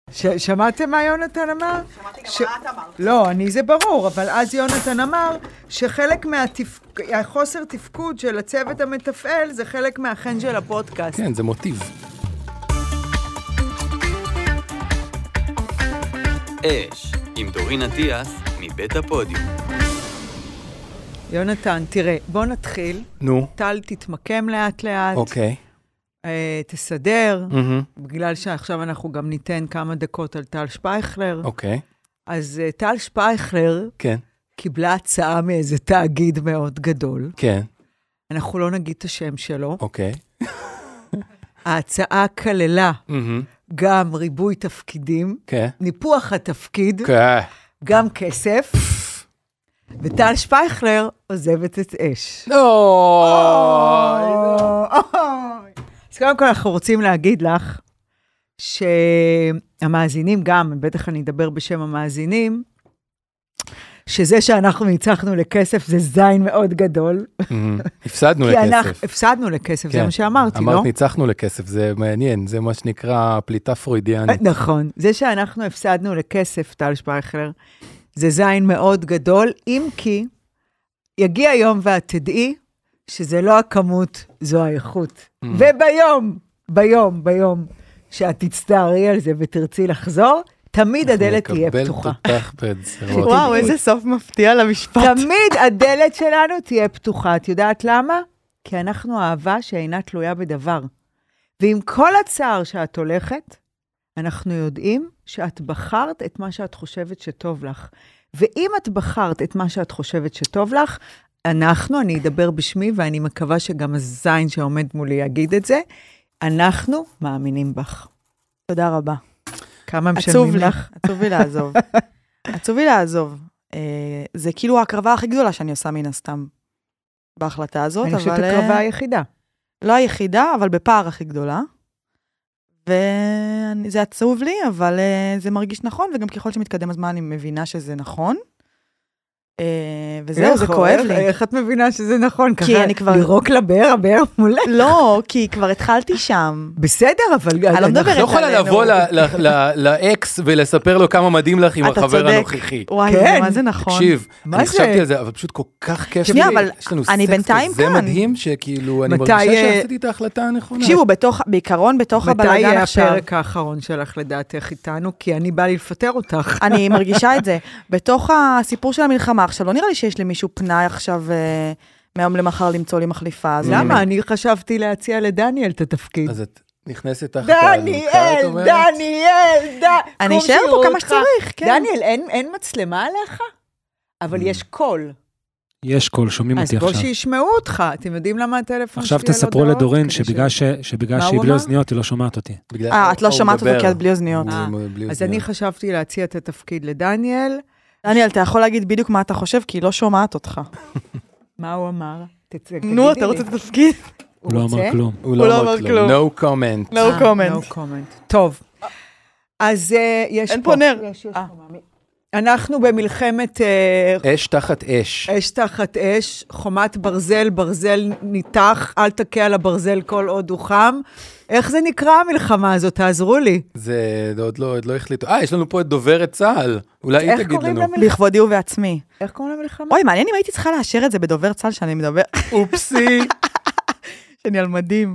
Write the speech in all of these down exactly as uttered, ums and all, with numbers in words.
שמעתם מה יונתן אמר? שמעתי גם מה את אמרת. לא, אני זה ברור, אבל אז יונתן אמר שחלק מהחוסר תפקוד של הצוות המתפעל זה חלק מהחן של הפודקאסט. כן, זה מוטיב. אש, עם דורין אטיאס, מבית הפודיום. יונתן, תראה, בוא נתחיל. נו. טל תתמקם לאט לאט. אוקיי. אה, תסדר, Mm-hmm. בגלל שעכשיו אנחנו גם ניתן כמה דקות על טל שפייכלר. אוקיי. אז uh, טל שפייכלר כן. קיבלה הצעה מאיזה תאגיד מאוד גדול. כן. אנחנו לא נגיד את השם שלו. אוקיי. ההצעה כללה Mm-hmm. גם ריבוי תפקידים, כן. ניפוח התפקיד, כן. גם כסף, וטל שפייכלר עוזבת את אש. אוי. אז קודם כל אנחנו רוצים להגיד לך, שהמאזינים גם, בטח אני אדבר בשם המאזינים, שזה שאנחנו ניצחנו לכסף זה זין מאוד גדול. הפסדנו לכסף. הפסדנו לכסף, זה מה שאמרתי, לא? אמרת, ניצחנו לכסף, זה מעניין, זה מה שנקרא פליטה פרוידיאנית. נכון, זה שאנחנו הפסדנו לכסף, טל שפייכלר, זה זין מאוד גדול, אם כי יגיע יום ואת תדעי שזה לא הכמות, זו האיכות. וביום, ביום, ביום, שאת תצטערי על זה ותרצי לחזור, תמיד הדלת תהיה פתוחה. נקבל תותח בצרות. וואו, איזה סוף מפתיע למשפט. תמיד הדלת שלנו תהיה פתוחה. את יודעת למה? כי אנחנו אהבה שאינה תלויה בדבר. ועם כל הצער שאת הולכת, אנחנו יודעים שאת בחרת את מה שאת חושבת שטוב לך. ואם את בחרת את מה שאת חושבת שטוב לך, אנחנו, אני אדבר בשמי, ואני מקווה שגם הזין שעומד מולי יגיד את זה, אנחנו מאמינים בך. תודה רבה. כמה משלמים לך? עצוב לי לעזוב. עצוב לי לעזוב. זה כאילו ההקרבה הכי גדולה שאני עושה מן הסתם בהחלטה הזאת. אני חושבת הקרבה היחידה. לא היחידה, אבל בפער הכי גדולה. וזה עצוב לי, אבל זה מרגיש נכון, וגם ככל שמתקדם הזמן אני מבינה שזה נכון. וזהו, זה כואב לי. איך את מבינה שזה נכון? כי אני כבר... לירוק לבאר, הבאר מולך. לא, כי כבר התחלתי שם. בסדר, אבל... אני לא מדברת עלינו. לא יכולה לבוא לאקס ולספר לו כמה מדהים לך עם החבר הנוכחי. וואי, מה זה נכון. תקשיב, אני חשבתי על זה, אבל פשוט כל כך כיף. שנייה, אבל אני בינתיים כאן. זה מדהים שכאילו, אני מרגישה שעשיתי את ההחלטה הנכונה. תקשיבו, בעיקרון, בתוך הבלגן עכשיו. מתי הפרק האחרון שלך לדעתך איתנו? כי אני באה לי לפטר אותך. אני מרגישה את זה. בתוך הסיפור של המלחמה, עכשיו לא נראה לי שיש למישהו פנאי עכשיו מהיום למחר למצוא לי מחליפה. למה? אני חשבתי להציע לדניאל את התפקיד. אז את נכנסת תחת דניאל, דניאל, אני אשאר פה כמה שצריך, כן. דניאל, אין מצלמה עליך? אבל יש קול. יש קול, שומעים אותי עכשיו. אז בוא שישמעו אותך, אתם יודעים למה הטלפון שלי על עכשיו תספרו לדורין שבגלל שהיא בלי אוזניות, היא לא שומעת אותי. אה, את לא שומעת אותי כי את בלי אוזניות. אז אני חשבתי להציע את התפקיד לדניאל. דניאל, אתה יכול להגיד בדיוק מה אתה חושב, כי היא לא שומעת אותך. מה הוא אמר? נו, אתה רוצה את התפקיד? הוא לא אמר כלום. הוא לא אמר כלום. No comment. No comment. No comment. טוב. אז יש פה... אין פה נר. אנחנו במלחמת... אש תחת אש. אש תחת אש, חומת ברזל, ברזל ניתח, אל תקע על הברזל כל עוד הוא חם. איך זה נקרא המלחמה הזאת? תעזרו לי. זה עוד לא, עוד לא החליטו. אה, יש לנו פה את דוברת צהל. אולי היא תגיד לנו. לכבודי ובעצמי. איך קוראים למלחמה? אוי, מעניין אם הייתי צריכה לאשר את זה בדובר צהל שאני מדבר. אופסי. שאני על מדים.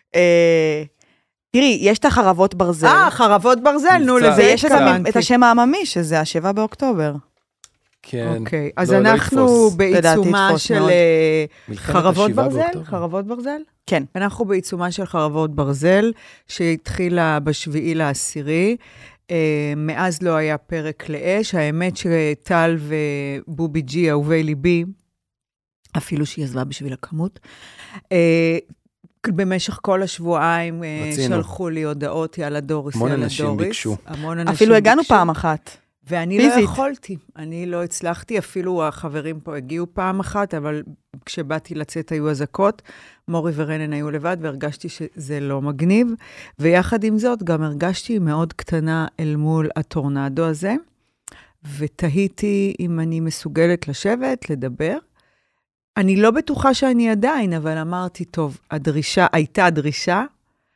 תראי, יש את החרבות ברזל. אה, חרבות ברזל, נו, לזה יש את השם העממי, שזה השבעה באוקטובר. כן. אוקיי, אז אנחנו בעיצומה של חרבות ברזל? חרבות ברזל? כן. אנחנו בעיצומה של חרבות ברזל, שהתחילה בשביעי לעשירי. מאז לא היה פרק לאש. האמת שטל ובובי ג'י, אהובי ליבי, אפילו שהיא עזבה בשביל הכמות, במשך כל השבועיים שלחו לי הודעות, יאללה דוריס, יאללה דוריס. המון אנשים ביקשו. אפילו הגענו פעם אחת. ואני לא יכולתי, אני לא הצלחתי, אפילו החברים פה הגיעו פעם אחת, אבל כשבאתי לצאת היו הזקות, מורי ורנן היו לבד, והרגשתי שזה לא מגניב, ויחד עם זאת גם הרגשתי מאוד קטנה אל מול הטורנדו הזה, ותהיתי אם אני מסוגלת לשבת, לדבר. אני לא בטוחה שאני עדיין, אבל אמרתי, טוב, הדרישה, הייתה דרישה,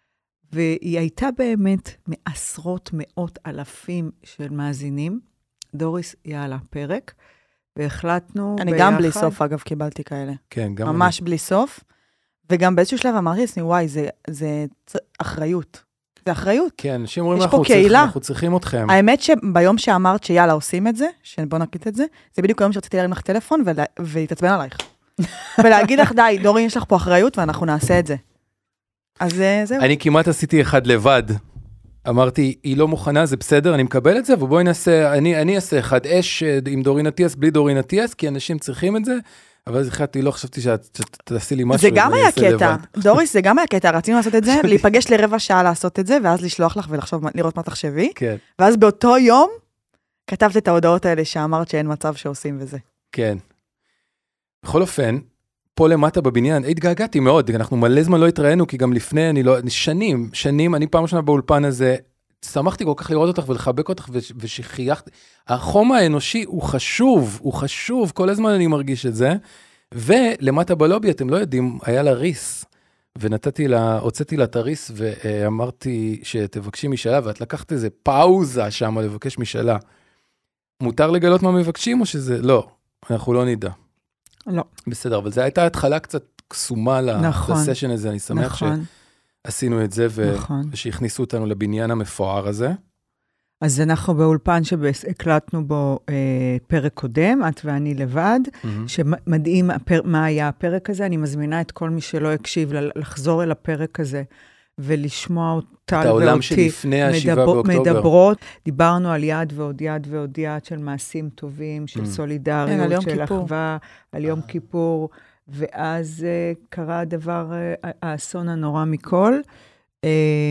והיא הייתה באמת מעשרות מאות אלפים של מאזינים. דוריס, יאללה, פרק, והחלטנו אני ביחד. גם בלי סוף, אגב, קיבלתי כאלה. כן, גם ממש בלי סוף. וגם באיזשהו שלב אמרתי לעצמי, וואי, זה, זה אחריות. זה אחריות. כן, אנשים אומרים, יש אנחנו, פה צריך, קהילה. אנחנו צריכים אתכם. האמת שביום שאמרת שיאללה, עושים את זה, שבוא נקליט את זה, זה בדיוק היום שרציתי להרים לך טלפון ולה, ולהתעצבן עלייך. ולהגיד לך, די, דורי, יש לך פה אחריות ואנחנו נעשה את זה. אז זהו. אני כמעט עשיתי אחד לבד. אמרתי, היא לא מוכנה, זה בסדר, אני מקבל את זה, ובואי נעשה, אני, אני אעשה אחד אש עם דורין אטיאס, בלי דורין אטיאס, כי אנשים צריכים את זה, אבל אז החלטתי, לא חשבתי שאת תעשי לי משהו. זה גם היה קטע, דוריס, זה גם היה קטע, רצינו לעשות את זה, להיפגש לרבע שעה לעשות את זה, ואז לשלוח לך ולחשוב, לראות מה תחשבי, כן. ואז באותו יום, כתבת את ההודעות האלה שאמרת שאין מצב שעושים וזה. כן. בכל אופן, פה למטה בבניין, התגעגעתי מאוד, אנחנו מלא זמן לא התראינו, כי גם לפני, אני לא, שנים, שנים, אני פעם ראשונה באולפן הזה, שמחתי כל כך לראות אותך ולחבק אותך, ושחייכתי. החום האנושי הוא חשוב, הוא חשוב, כל הזמן אני מרגיש את זה, ולמטה בלובי, אתם לא יודעים, היה לה ריס, ונתתי לה, הוצאתי לה את הריס, ואמרתי שתבקשי משאלה, ואת לקחת איזה פאוזה שם, לבקש משאלה. מותר לגלות מה מבקשים, או שזה, לא, אנחנו לא נדע. לא. בסדר, אבל זו הייתה התחלה קצת קסומה נכון, לסשן הזה, אני שמח נכון. שעשינו את זה, ו... נכון. ושהכניסו אותנו לבניין המפואר הזה. אז אנחנו באולפן שהקלטנו בו אה, פרק קודם, את ואני לבד, Mm-hmm. שמדהים הפר... מה היה הפרק הזה, אני מזמינה את כל מי שלא הקשיב לחזור אל הפרק הזה, ולשמוע אותה ואותי. את העולם שלפני השבעה באוקטובר. מדברות, דיברנו על יד ועוד יד ועוד יד של מעשים טובים, של Mm. סולידריות, כן, של כיפור. אחווה, על יום כיפור, ואז uh, קרה הדבר, uh, האסון הנורא מכל. Um,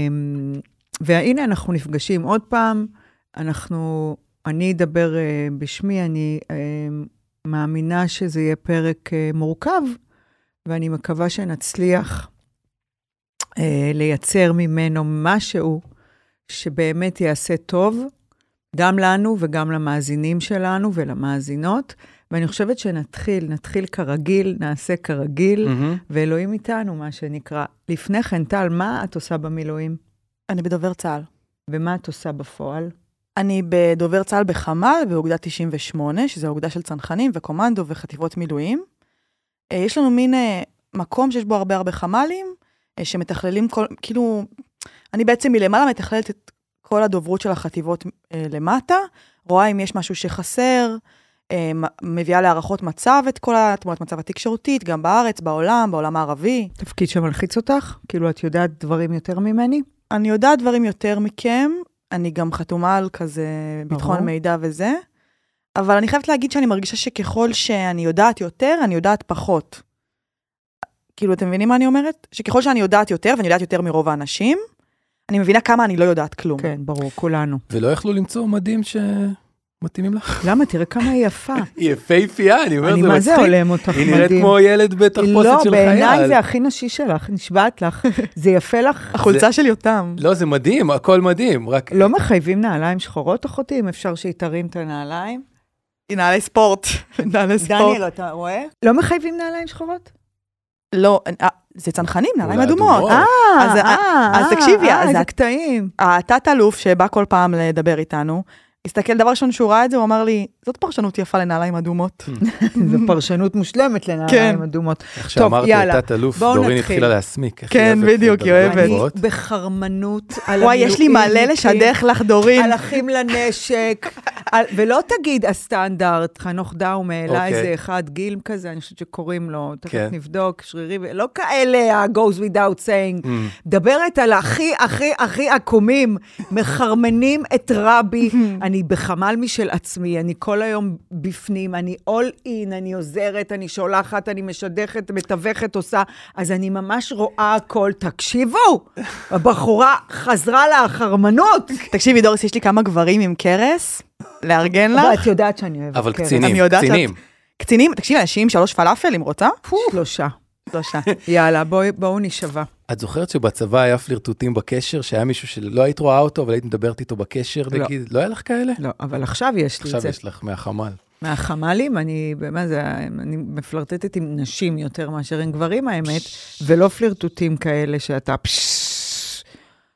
והנה אנחנו נפגשים עוד פעם, אנחנו, אני אדבר uh, בשמי, אני uh, מאמינה שזה יהיה פרק uh, מורכב, ואני מקווה שנצליח uh, לייצר ממנו משהו שבאמת יעשה טוב, גם לנו וגם למאזינים שלנו ולמאזינות, ואני חושבת שנתחיל, נתחיל כרגיל, נעשה כרגיל, Mm-hmm. ואלוהים איתנו, מה שנקרא. לפני כן, טל, מה את עושה במילואים? אני בדובר צה"ל. ומה את עושה בפועל? אני בדובר צה"ל בחמ"ל, באוגדה תשעים ושמונה, שזה אוגדה של צנחנים וקומנדו וחטיבות מילואים. יש לנו מין מקום שיש בו הרבה הרבה חמ"לים, שמתכללים כל, כאילו, אני בעצם מלמעלה מתכללת את כל הדוברות של החטיבות למטה, רואה אם יש משהו שחסר, מביאה להערכות מצב את כל התמונת מצב התקשורתית, גם בארץ, בעולם, בעולם הערבי. תפקיד שמלחיץ אותך? כאילו את יודעת דברים יותר ממני? אני יודעת דברים יותר מכם, אני גם חתומה על כזה ביטחון ברור. מידע וזה, אבל אני חייבת להגיד שאני מרגישה שככל שאני יודעת יותר, אני יודעת פחות. כאילו, אתם מבינים מה אני אומרת? שככל שאני יודעת יותר, ואני יודעת יותר מרוב האנשים, אני מבינה כמה אני לא יודעת כלום. כן, ברור, כולנו. ולא יכלו למצוא מדים שמתאימים לך? למה? תראה כמה היא יפה. היא יפהפייה, אני אומר, אני זה מה זה מצחיק. עולם אותך מדהים. היא נראית כמו ילד בתחפושת לא, של בעיניי חייל. זה הכי נשי שלך, נשבעת לך. זה יפה לך. החולצה של יותם. לא, זה מדהים, הכל מדהים, רק... לא מחייבים נעליים שחורות, אחותי, אם אפשר שהיא תרים את הנעליים. נעלי ספורט. נעלי ספורט. דניאל, אתה רואה? לא מחייבים נעליים שחורות? לא, זה צנחנים, נעליים אולי אדומות. אדומות. אה, אז- אה, אז אה, תקשיבי, אה, אז איזה את- קטעים. התת-אלוף שבא כל פעם לדבר איתנו, הסתכל דבר ראשון שהוא ראה את זה, הוא אמר לי, זאת פרשנות יפה לנעליים אדומות. זו פרשנות מושלמת לנעליים כן. אדומות. איך טוב, שאמרת, יאללה, תת אלוף, בואו דורין נתחיל. התחילה להסמיק. איך כן, היא אוהבת בדיוק, היא לדרגות אוהבת. אני גבוהות. בחרמנות על וואי, יש לי מלא לשדך לך, דורין. על אחים לנשק, על- ולא תגיד הסטנדרט, חנוך דאו מעלה אוקיי. איזה אחד גיל כזה, אני חושבת שקוראים לו, תכף כן. נבדוק, שרירי, לא כאלה, ה-goes without saying, Mm. מדברת על הכי, הכי, הכי עקומים, מחרמנים את רבי, אני בחמל משל עצמי, אני כל היום בפנים, אני all in, אני עוזרת, אני שולחת, אני משדכת, מתווכת, עושה, אז אני ממש רואה הכל, תקשיבו, הבחורה חזרה לחרמנות. תקשיבי, דוריס, יש לי כמה גברים עם קרס, לארגן אבל לך. את יודעת שאני אוהבת אבל קרן. קצינים, אני יודעת שאת- קצינים. קצינים, תקשיבי, אנשים, שלוש פלאפל, אם רוצה? שלושה. שלושה. יאללה, בואו בוא נשווה. את זוכרת שבצבא היה פלירטוטים בקשר, שהיה מישהו שלא היית רואה אותו, אבל היית מדברת איתו בקשר, לא. נגיד, לא היה לך כאלה? לא, אבל עכשיו יש לי את עכשיו זה. יש לך מהחמ"ל. מהחמ"לים, אני, מה זה, אני מפלרטטת עם נשים יותר מאשר עם גברים, האמת, ולא פלירטוטים כאלה שאתה פששש.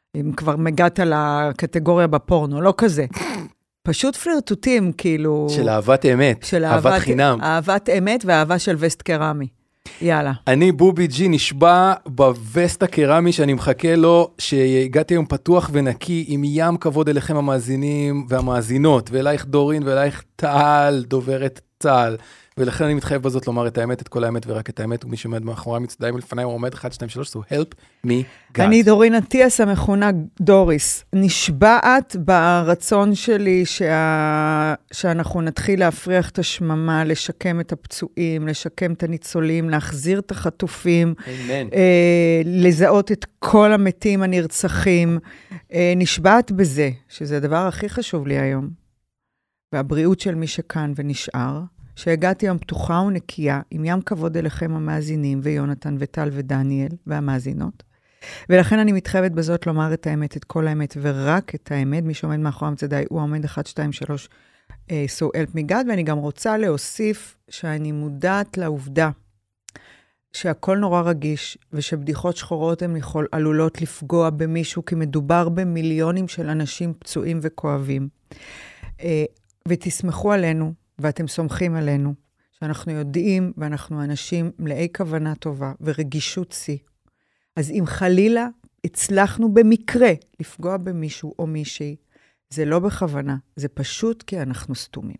אם כבר מגעת לקטגוריה בפורנו, לא כזה. פשוט פלירטוטים, כאילו... של אהבת אמת, של אהבת אהבת חינם. אהבת אמת ואהבה של וסט קרמי. יאללה. אני בובי ג'י נשבע בווסט הקרמי שאני מחכה לו, שהגעתי היום פתוח ונקי עם ים כבוד אליכם המאזינים והמאזינות, ואלייך דורין ואלייך טל, דוברת צהל. ולכן אני מתחייב בזאת לומר את האמת, את כל האמת ורק את האמת, ומי שעומד מאחורי מצדיים לפניי, הוא עומד אחת, שתיים, שלוש, so help me God. אני דורין אטיאס, המכונה דוריס, נשבעת ברצון שלי שה... שאנחנו נתחיל להפריח את השממה, לשקם את הפצועים, לשקם את הניצולים, להחזיר את החטופים, אה, לזהות את כל המתים הנרצחים. אה, נשבעת בזה, שזה הדבר הכי חשוב לי היום, והבריאות של מי שכאן ונשאר, שהגעתי היום פתוחה ונקייה, עם ים כבוד אליכם המאזינים, ויונתן וטל ודניאל והמאזינות. ולכן אני מתחייבת בזאת לומר את האמת, את כל האמת, ורק את האמת, מי שעומד מאחורי מצדיי, הוא עומד אחת, שתיים, שלוש, uh, so help me God, ואני גם רוצה להוסיף שאני מודעת לעובדה, שהכל נורא רגיש, ושבדיחות שחורות הן יכול, עלולות לפגוע במישהו, כי מדובר במיליונים של אנשים פצועים וכואבים. Uh, ותסמכו עלינו, ואתם סומכים עלינו, שאנחנו יודעים, ואנחנו אנשים מלאי כוונה טובה, ורגישות שיא. אז אם חלילה הצלחנו במקרה לפגוע במישהו או מישהי, זה לא בכוונה, זה פשוט כי אנחנו סתומים.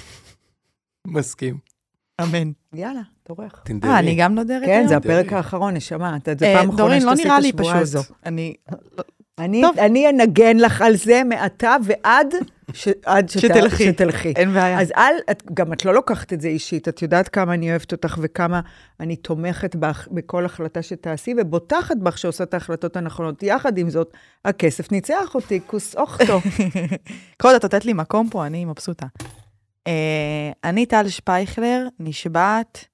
מסכים. אמן. יאללה, תורך. תנדרי. אה, אני גם נודרת כן, היום? זה הפרק האחרון, נשמע. זה פעם אחרונה דורין, לא שתעשי נראה את לי השבועה הזו. פשוט. אני... אני, אני אנגן לך על זה מעתה ועד ש, עד שת, שתלכי. שתלכי. אין בעיה. אז אל, את, גם את לא לוקחת את זה אישית, את יודעת כמה אני אוהבת אותך וכמה אני תומכת בך, בכל החלטה שתעשי, ובוטחת בך שעושה את ההחלטות הנכונות. יחד עם זאת, הכסף ניצח אותי, כוס אוכתו. קוד, את נותנת לי מקום פה, אני מבסוטה. אני טל שפייכלר, נשבעת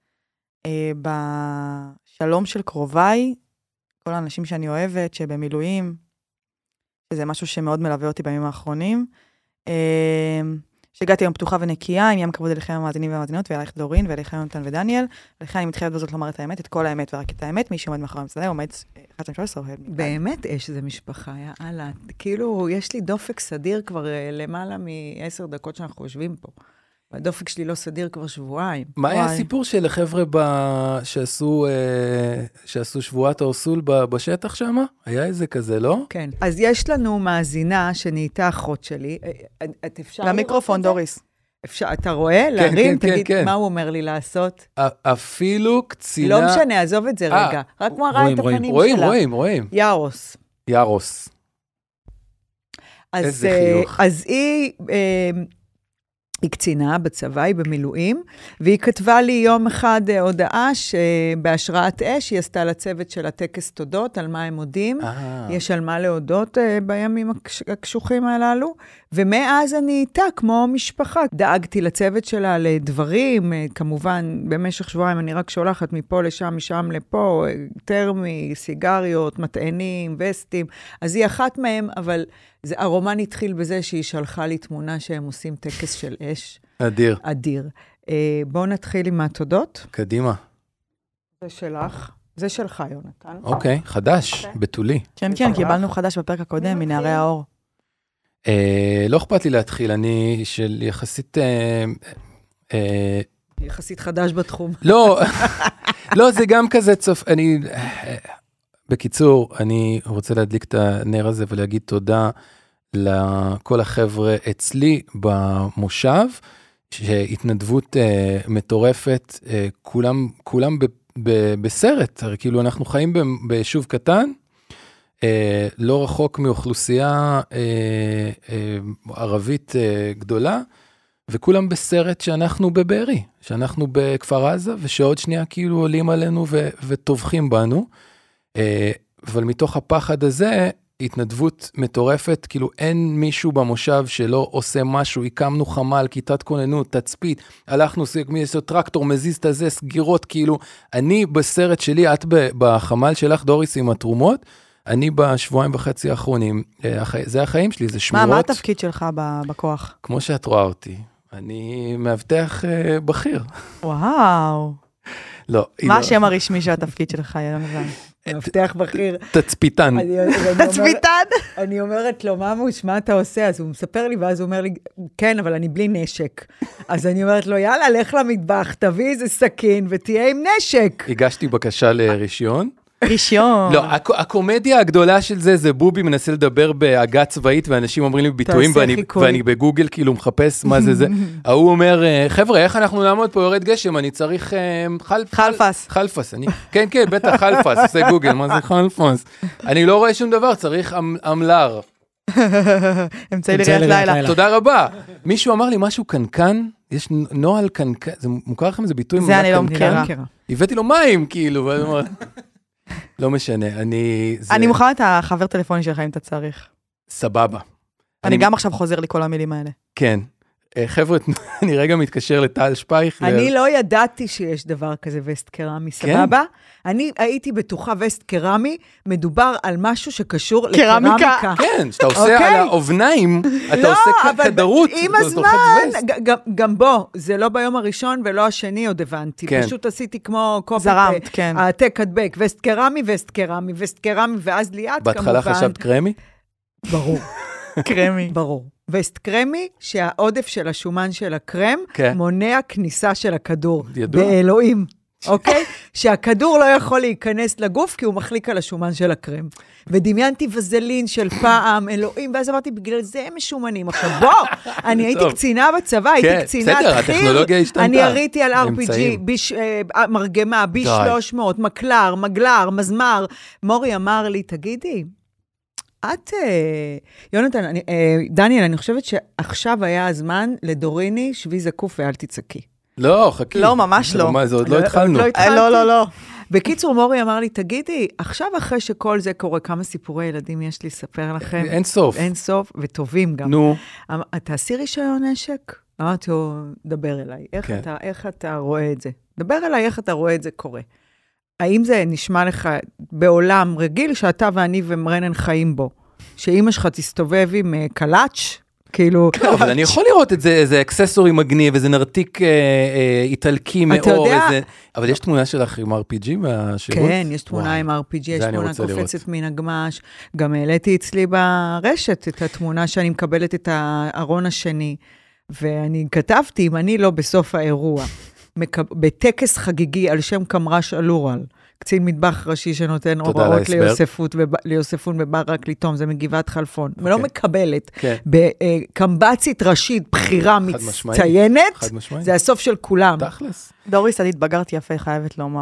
בשלום של קרוביי, כל האנשים שאני אוהבת, שבמילואים, שזה משהו שמאוד מלווה אותי בימים האחרונים. שהגעתי היום פתוחה ונקייה, עם ים כבוד אליכם המאזינים והמאזינות, ואלייך דורין, ואלייך יונתן ודניאל. ולכן אני מתחייבת בזאת לומר את האמת, את כל האמת ורק את האמת, מי שעומד מאחורי המצדה, עומד אחת, שתיים, שלוש, אוהב מכאן. באמת אש זה משפחה, יאללה. כאילו, יש לי דופק סדיר כבר למעלה מעשר דקות שאנחנו יושבים פה. והדופק שלי לא סדיר כבר שבועיים. מה היה הסיפור של החבר'ה שעשו, שעשו שבועת האורסול בשטח שם? היה איזה כזה, לא? כן. אז יש לנו מאזינה שנהייתה אחות שלי. את אפשר לראות את זה? למיקרופון, דוריס. אפשר, אתה רואה? להרים, תגיד מה הוא אומר לי לעשות. אפילו קצינה... לא משנה, עזוב את זה רגע. רק מראה את הפנים שלה. רואים, רואים, רואים. יארוס. יארוס. איזה חיוך. אז היא... היא קצינה בצבא, היא במילואים, והיא כתבה לי יום אחד הודעה שבהשראת אש, היא עשתה לצוות של הטקס תודות, על מה הם מודים. יש על מה להודות בימים הקשוחים הללו, ומאז אני איתה כמו משפחה. דאגתי לצוות שלה לדברים, כמובן במשך שבועיים אני רק שולחת מפה לשם, משם לפה, טרמי, סיגריות, מטענים, וסטים, אז היא אחת מהם, אבל... זה, הרומן התחיל בזה שהיא שלחה לי תמונה שהם עושים טקס של אש. אדיר. אדיר. אה, בואו נתחיל עם התודות. קדימה. זה שלך. זה שלך, יונתן. אוקיי, חדש, בתולי. כן, כן, קיבלנו חדש בפרק הקודם, מנערי האור. אה, לא אכפת לי להתחיל, אני של יחסית... אה, אה, יחסית חדש בתחום. לא, לא, זה גם כזה צופ... אני... בקיצור, אני רוצה להדליק את הנר הזה ולהגיד תודה לכל החבר'ה אצלי במושב, שהתנדבות uh, מטורפת, uh, כולם, כולם ב, ב, בסרט, הרי כאילו אנחנו חיים ב, ביישוב קטן, uh, לא רחוק מאוכלוסייה uh, uh, ערבית uh, גדולה, וכולם בסרט שאנחנו בבארי, שאנחנו בכפר עזה, ושעוד שנייה כאילו עולים עלינו ו, וטובחים בנו, אבל מתוך הפחד הזה, התנדבות מטורפת, כאילו אין מישהו במושב שלא עושה משהו, הקמנו חמ"ל, כיתת כוננות, תצפית, הלכנו, מי יש טרקטור, מזיז את הזה, סגירות, כאילו, אני בסרט שלי, את בחמ"ל שלך, דוריס, עם התרומות, אני בשבועיים וחצי האחרונים, זה החיים שלי, זה שמורות. מה, מה התפקיד שלך בכוח? כמו שאת רואה אותי, אני מאבטח בכיר. וואו. לא. מה השם הרשמי של התפקיד שלך, יונתן? מפתח בכיר. תצפיתן. תצפיתן. אני אומרת לו, ממוש, מה אתה עושה? אז הוא מספר לי, ואז הוא אומר לי, כן, אבל אני בלי נשק. אז אני אומרת לו, יאללה, לך למטבח, תביא איזה סכין ותהיה עם נשק. הגשתי בקשה לרישיון. רישיון. לא, הקומדיה הגדולה של זה, זה בובי מנסה לדבר בהגה צבאית, ואנשים אומרים לי ביטויים, ואני בגוגל כאילו מחפש מה זה זה. הוא אומר, חבר'ה, איך אנחנו נעמוד פה, יורד גשם, אני צריך חלפס. חלפס, כן, כן, בטח חלפס, עושה גוגל, מה זה חלפס? אני לא רואה שום דבר, צריך אמלר. אמצעי לראיית לילה. תודה רבה. מישהו אמר לי משהו קנקן, יש נוהל קנקן, זה מוכר לכם איזה ביטוי? זה אני לא מכירה. הבאתי לו מים, כאילו, לא משנה, אני... אני מוכן את החבר טלפוני שלך אם אתה צריך. סבבה. אני גם עכשיו חוזר לי כל המילים האלה. כן. חבר'ה, אני רגע מתקשר לטל שפייך. אני לא ידעתי שיש דבר כזה וסט קרמי, סבבה? אני הייתי בטוחה וסט קרמי, מדובר על משהו שקשור לקרמיקה. כן, שאתה עושה על האובניים, אתה עושה כדרות. עם הזמן, גם בוא, זה לא ביום הראשון ולא השני עוד הבנתי. פשוט עשיתי כמו קופי. זרמת, כן. העתק הדבק, וסט קרמי, וסט קרמי, וסט קרמי, ואז ליאת כמובן. בהתחלה חשבת קרמי? ברור. קרמי. ברור. וסט קרמי, שהעודף של השומן של הקרם, מונע כניסה של הכדור. ידוע. באלוהים. אוקיי? שהכדור לא יכול להיכנס לגוף, כי הוא מחליק על השומן של הקרם. ודמיינתי וזלין של פעם, אלוהים, ואז אמרתי, בגלל זה הם משומנים. עכשיו בוא, אני הייתי קצינה בצבא, הייתי קצינת חיל. בסדר, הטכנולוגיה השתנתה. אני הריתי על אר פי ג'י, מרגמה, בי שלוש מאות, מקלר, מגלר, מזמר. מורי אמר לי, תגידי, את, יונתן, אני, דניאל, אני חושבת שעכשיו היה הזמן לדוריני, שבי זקוף ואל תצעקי. לא, חכי. לא, ממש לא. מה, זה עוד לא התחלנו. לא, לא, לא. בקיצור, מורי אמר לי, תגידי, עכשיו אחרי שכל זה קורה, כמה סיפורי ילדים יש לי לספר לכם? אין סוף. אין סוף, וטובים גם. נו. תעשי רישיון נשק? אמרתי לו, דבר אליי. איך אתה, איך אתה רואה את זה? דבר אליי, איך אתה רואה את זה קורה. האם זה נשמע לך בעולם רגיל שאתה ואני ומרנן חיים בו? שאמא שלך תסתובב עם קלאץ'? כאילו... אבל אני יכול לראות את זה, איזה אקססורי מגניב, איזה נרתיק איטלקי מאור, איזה... אבל יש תמונה שלך עם אר פי ג'י מהשירות? כן, יש תמונה עם אר פי ג'י, יש תמונה קופצת מן הגמש. גם העליתי אצלי ברשת את התמונה שאני מקבלת את הארון השני, ואני כתבתי, אם אני לא בסוף האירוע, בטקס חגיגי על שם קמרש אלורל, קצין מטבח ראשי שנותן הוראות ליוספון ובא רק לטום, זה מגבעת חלפון, ולא מקבלת, בקמבצית ראשית, בחירה מצטיינת, זה הסוף של כולם. תכלס. דוריס, את התבגרת יפה, חייבת לומר.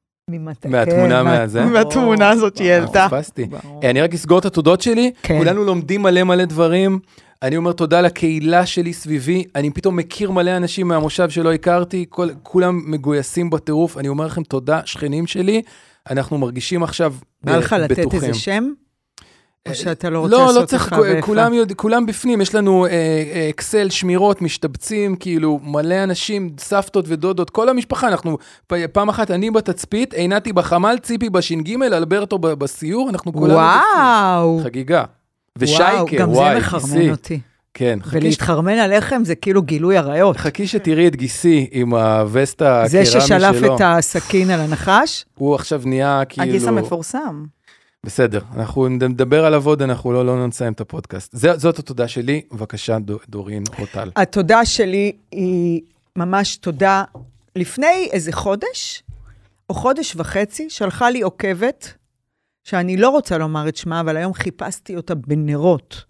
מהתמונה מהזה? מהתמונה הזאת שהיא העלתה. אני רק אסגור את התודות שלי, כולנו לומדים מלא מלא דברים, אני אומר תודה לקהילה שלי סביבי, אני פתאום מכיר מלא אנשים מהמושב שלא הכרתי, כל, כולם מגויסים בטירוף, אני אומר לכם תודה, שכנים שלי, אנחנו מרגישים עכשיו בטוחים. בא לך לתת איזה שם? או שאתה לא רוצה לא, לעשות לא צריך, לך ואיפה? כולם, כולם בפנים, יש לנו אה, אקסל, שמירות, משתבצים, כאילו מלא אנשים, סבתות ודודות, כל המשפחה, אנחנו פעם אחת, אני בתצפית, עינתי בחמל, ציפי בשינג', אלברטו בסיור, אנחנו כולנו וואו. בפנים. חגיגה. ושייקה, גם וואי, זה מחרמן אותי. כן. ולהתחרמן עליכם זה כאילו גילוי הרעיות. חכי שתראי את גיסי עם הווסטה הקרמי שלו. זה ששלף את הסכין על הנחש? הוא עכשיו נהיה כאילו... הגיס המפורסם. בסדר, אנחנו נדבר עליו עוד, אנחנו לא, לא נסיים את הפודקאסט. זאת התודה שלי, בבקשה דורין או טל. התודה שלי היא ממש תודה. לפני איזה חודש, או חודש וחצי, שלחה לי עוקבת, שאני לא רוצה לומר את שמה, אבל היום חיפשתי אותה בנרות,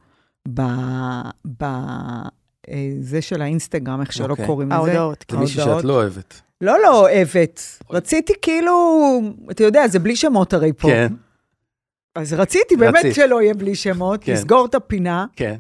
בזה של האינסטגרם, איך שלא קוראים לזה. ההודעות. זה מישהו שאת לא אוהבת. לא, לא אוהבת. רציתי כאילו, אתה יודע, זה בלי שמות הרי פה. כן. אז רציתי באמת שלא יהיה בלי שמות, לסגור את הפינה. כן.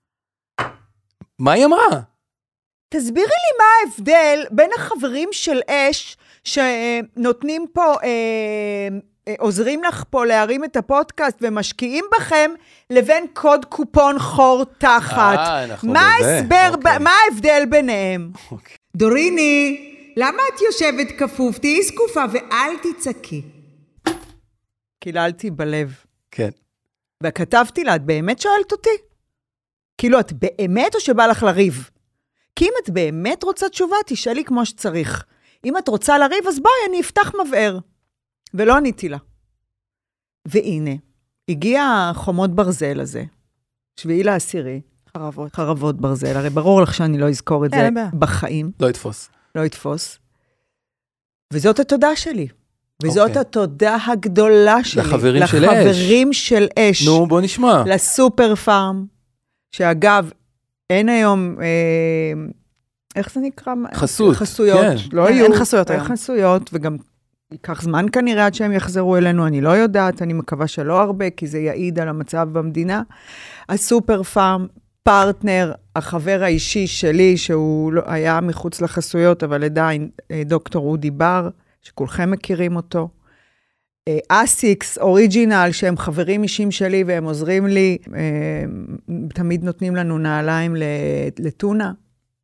מה היא אמרה? תסבירי לי מה ההבדל בין החברים של אש, שנותנים פה... עוזרים לך פה להרים את הפודקאסט ומשקיעים בכם, לבין קוד קופון חור תחת. מה ההסבר, מה ההבדל ביניהם? דוריני, למה את יושבת כפוף? תהי זקופה ואל תצעקי. קיללתי בלב. כן. וכתבתי לה, את באמת שואלת אותי? כאילו, את באמת או שבא לך לריב? כי אם את באמת רוצה תשובה, תשאלי כמו שצריך. אם את רוצה לריב, אז בואי, אני אפתח מבאר. ולא עניתי לה. והנה, הגיע חומות ברזל הזה, שביעי לעשירי, חרבות. חרבות ברזל, הרי ברור לך שאני לא אזכור את זה בחיים. לא יתפוס. לא יתפוס. וזאת התודה שלי. וזאת התודה הגדולה שלי. לחברים של אש. לחברים של אש. נו, בוא נשמע. לסופר פארם, שאגב, אין היום, איך זה נקרא? חסות. חסויות. לא יהיו. אין חסויות היום. אין חסויות, וגם ייקח זמן כנראה עד שהם יחזרו אלינו, אני לא יודעת, אני מקווה שלא הרבה, כי זה יעיד על המצב במדינה. הסופר פארם, פרטנר, החבר האישי שלי, שהוא היה מחוץ לחסויות, אבל עדיין דוקטור אודי בר, שכולכם מכירים אותו. אסיקס, אוריג'ינל, שהם חברים אישים שלי, והם עוזרים לי, תמיד נותנים לנו נעליים לטונה.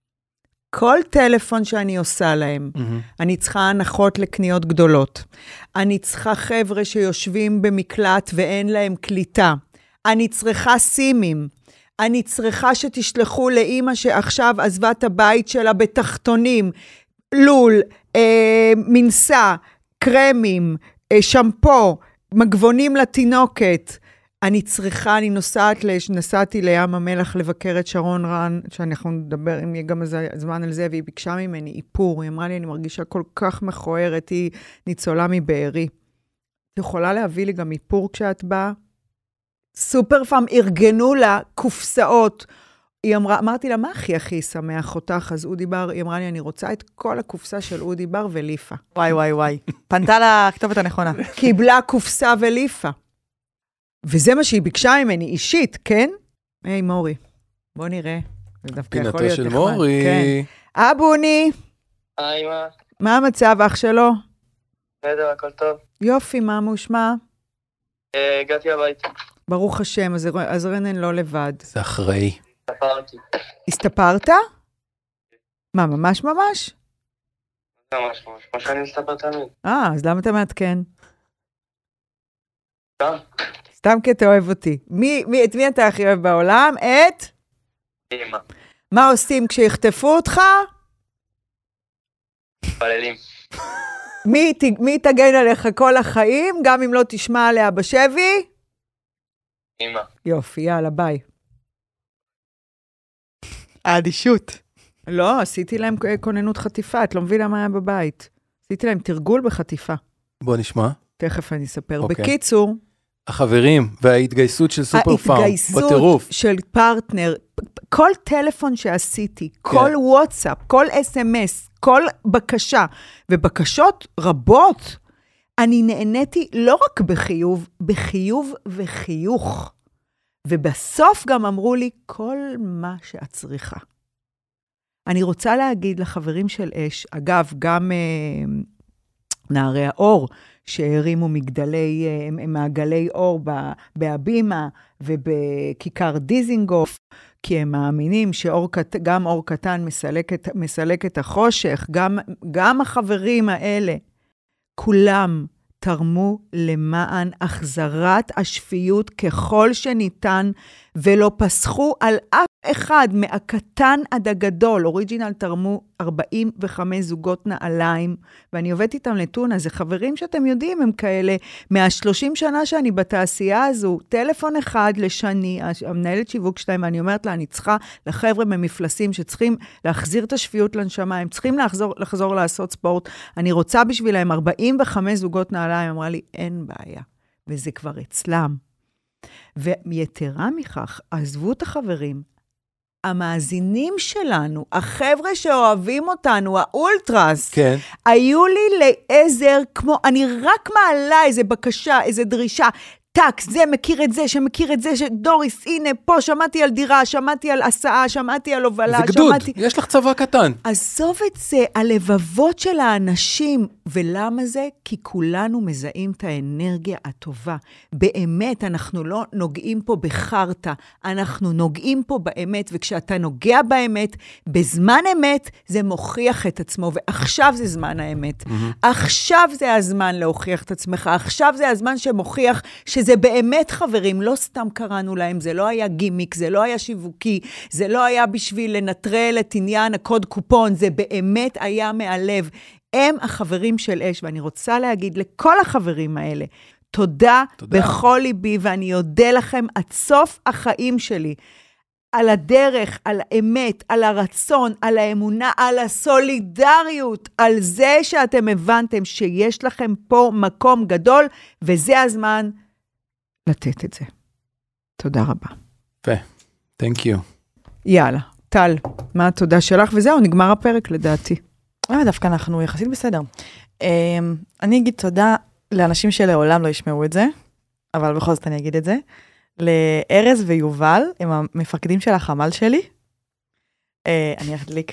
כל טלפון שאני עושה להם, mm-hmm. אני צריכה הנחות לקניות גדולות. אני צריכה חבר'ה שיושבים במקלט ואין להם קליטה. אני צריכה סימים. אני צריכה שתשלחו לאמא שעכשיו עזבה את הבית שלה בתחתונים, לול, אה, מנסה, קרמים, אה, שמפו, מגבונים לתינוקת. אני צריכה, אני נוסעת, נסעתי לים המלח לבקר את שרון רן, שאנחנו נדבר, אם יהיה גם זמן על זה, והיא ביקשה ממני איפור, היא אמרה לי, אני מרגישה כל כך מכוערת, היא ניצולה מבארי. את יכולה להביא לי גם איפור כשאת באה? סופר פארם, ארגנו לה קופסאות. היא אמרה, אמרתי לה, מה הכי הכי ישמח אותך? אז אודי בר, היא אמרה לי, אני רוצה את כל הקופסה של אודי בר וליפה. וואי, וואי, וואי. פנתה לכתובת הנכונה. קיבלה קופסה וליפה. וזה מה שהיא ביקשה ממני אישית, כן? היי, מורי, בוא נראה. פינתו של מורי. כן. אבוני. היי, מה? מה המצב, אח שלו? בסדר, הכל טוב. יופי, מה מושמע? הגעתי הביתה. ברוך השם, אז רנן לא לבד. זה אחראי. הסתפרתי. הסתפרת? מה, ממש ממש? ממש ממש, מה שאני מסתפר תמיד. אה, אז למה אתה מעדכן? סתם? סתם כי אתה אוהב אותי. מי, מי, את מי אתה הכי אוהב בעולם? את? אמא. מה עושים כשיחטפו אותך? פללים. מי, מי תגן עליך כל החיים, גם אם לא תשמע עליה בשבי? אמא. יופי, יאללה, ביי. האדישות. לא, עשיתי להם כוננות חטיפה, את לא מבינה מה היה בבית. עשיתי להם תרגול בחטיפה. בוא נשמע. תכף אני אספר. Okay. בקיצור, החברים וההתגייסות של סופר פארם, ההתגייסות בטירוף. של פרטנר, כל טלפון שעשיתי, כל yeah. וואטסאפ, כל אס אם אס, כל בקשה, ובקשות רבות, אני נהניתי לא רק בחיוב, בחיוב וחיוך. ובסוף גם אמרו לי, כל מה שאת צריכה. אני רוצה להגיד לחברים של אש, אגב, גם אה, נערי האור, שהרימו מגדלי, אה, מעגלי אור בהבימה ובכיכר דיזינגוף, כי הם מאמינים שגם אור קטן מסלק את, מסלק את החושך, גם, גם החברים האלה, כולם תרמו למען החזרת השפיות ככל שניתן, ולא פסחו על אף אחד מהקטן עד הגדול. אוריג'ינל תרמו ארבעים וחמש זוגות נעליים, ואני עובדת איתם לטונה, זה חברים שאתם יודעים, הם כאלה, מה-שלושים שנה שאני בתעשייה הזו, טלפון אחד לשני, המנהלת שיווק שלהם, ואני אומרת לה, אני צריכה לחבר'ה ממפלסים שצריכים להחזיר את השפיות לנשמה, הם צריכים לחזור, לחזור לעשות ספורט, אני רוצה בשבילהם ארבעים וחמש זוגות נעליים, אמרה לי, אין בעיה, וזה כבר אצלם. ויתרה מכך, עזבו את החברים, המאזינים שלנו, החבר'ה שאוהבים אותנו, האולטרס, כן. היו לי לעזר כמו, אני רק מעלה איזה בקשה, איזה דרישה, טק, זה מכיר את זה, שמכיר את זה, שדוריס, הנה, פה שמעתי על דירה, שמעתי על הסעה, שמעתי על הובלה, זה גדוד, שמעתי... יש לך צבא קטן. עזוב את זה, הלבבות של האנשים, ולמה זה? כי כולנו מזהים את האנרגיה הטובה. באמת, אנחנו לא נוגעים פה בחרטה, אנחנו נוגעים פה באמת, וכשאתה נוגע באמת, בזמן אמת, זה מוכיח את עצמו, ועכשיו זה זמן האמת. Mm-hmm. עכשיו זה הזמן להוכיח את עצמך, עכשיו זה הזמן שמוכיח שזה באמת חברים, לא סתם קראנו להם, זה לא היה גימיק, זה לא היה שיווקי, זה לא היה בשביל לנטרל את עניין הקוד קופון, זה באמת היה מהלב. הם החברים של אש, ואני רוצה להגיד לכל החברים האלה, תודה, תודה. בכל ליבי, ואני אודה לכם עד סוף החיים שלי, על הדרך, על האמת, על הרצון, על האמונה, על הסולידריות, על זה שאתם הבנתם שיש לכם פה מקום גדול, וזה הזמן לתת את זה. תודה רבה. יפה, thank you. יאללה, טל, מה התודה שלך? וזהו, נגמר הפרק לדעתי. למה דווקא אנחנו יחסית בסדר. אני אגיד תודה לאנשים שלעולם לא ישמעו את זה, אבל בכל זאת אני אגיד את זה. לארז ויובל, הם המפקדים של החמ"ל שלי. אני אדליק.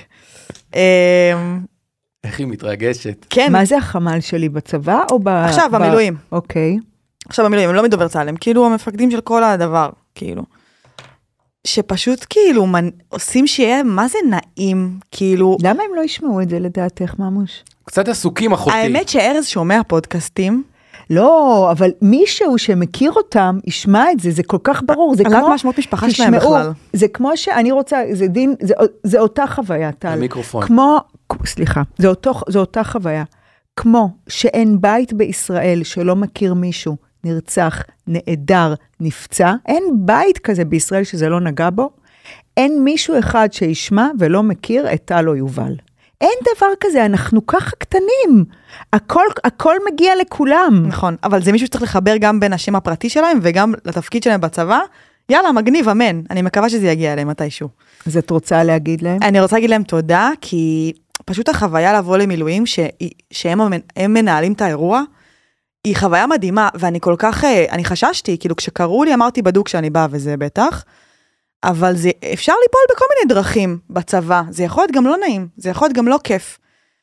איך היא מתרגשת. כן. מה זה החמ"ל שלי בצבא או ב... עכשיו, ב... המילואים. אוקיי. עכשיו, המילואים, הם לא מדובר צה"ל, הם כאילו המפקדים של כל הדבר, כאילו. שפשוט כאילו מנ... עושים שיהיה, מה זה נעים, כאילו... למה הם לא ישמעו את זה לדעתך, ממוש? קצת עסוקים אחותי. האמת שארז שומע פודקאסטים. לא, אבל מישהו שמכיר אותם, ישמע את זה, זה כל כך ברור. זה אני לא כמו... יודעת מה שמות משפחה שלהם בכלל. זה כמו שאני רוצה, זה דין, זה, זה אותה חוויה, טל. המיקרופון. כמו, סליחה, זה, אותו, זה אותה חוויה. כמו שאין בית בישראל שלא מכיר מישהו, נרצח, נעדר, נפצע, אין בית כזה בישראל שזה לא נגע בו, אין מישהו אחד שישמע ולא מכיר את טל או יובל. אין דבר כזה, אנחנו ככה קטנים. הכל, הכל מגיע לכולם. נכון, אבל זה מישהו שצריך לחבר גם בין השם הפרטי שלהם, וגם לתפקיד שלהם בצבא. יאללה, מגניב, אמן. אני מקווה שזה יגיע אליהם מתישהו. אז את רוצה להגיד להם? אני רוצה להגיד להם תודה, כי פשוט החוויה לבוא למילואים, ש... שהם הם מנהלים את האירוע, היא חוויה מדהימה, ואני כל כך, אני חששתי, כאילו כשקראו לי, אמרתי בדוק שאני באה, וזה בטח, אבל זה, אפשר ליפול בכל מיני דרכים בצבא, זה יכול להיות גם לא נעים, זה יכול להיות גם לא כיף,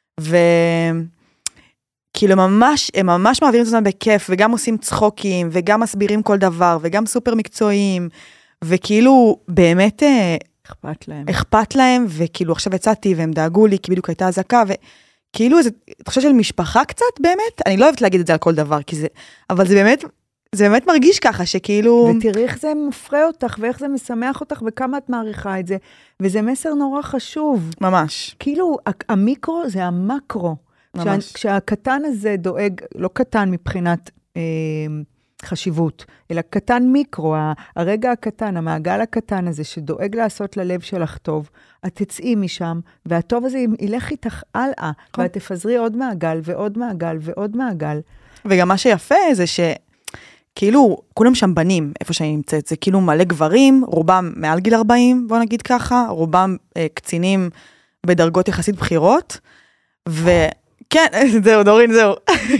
וכאילו ממש, הם ממש מעבירים את זה בכיף, וגם עושים צחוקים, וגם מסבירים כל דבר, וגם סופר מקצועיים, וכאילו באמת אכפת להם. אכפת להם, וכאילו עכשיו יצאתי, והם דאגו לי, כי בדיוק הייתה הזקה, וכאילו איזה תחושה של משפחה קצת, באמת, אני לא אוהבת להגיד את זה על כל דבר, כי זה, אבל זה באמת, זה באמת מרגיש ככה, שכאילו... ותראי איך זה מפרה אותך, ואיך זה משמח אותך, וכמה את מעריכה את זה. וזה מסר נורא חשוב. ממש. כאילו, המיקרו זה המקרו. ממש. כשה, כשהקטן הזה דואג, לא קטן מבחינת אה, חשיבות, אלא קטן מיקרו, הרגע הקטן, המעגל הקטן הזה, שדואג לעשות ללב שלך טוב, את תצאי משם, והטוב הזה ילך איתך הלאה, ואת תפזרי עוד מעגל, ועוד מעגל, ועוד מעגל. וגם מה שיפה זה ש... כאילו, כולם שם בנים, איפה שאני נמצאת, זה כאילו מלא גברים, רובם מעל גיל ארבעים, בוא נגיד ככה, רובם אה, קצינים בדרגות יחסית בחירות, וכן, זהו, דורין, זהו.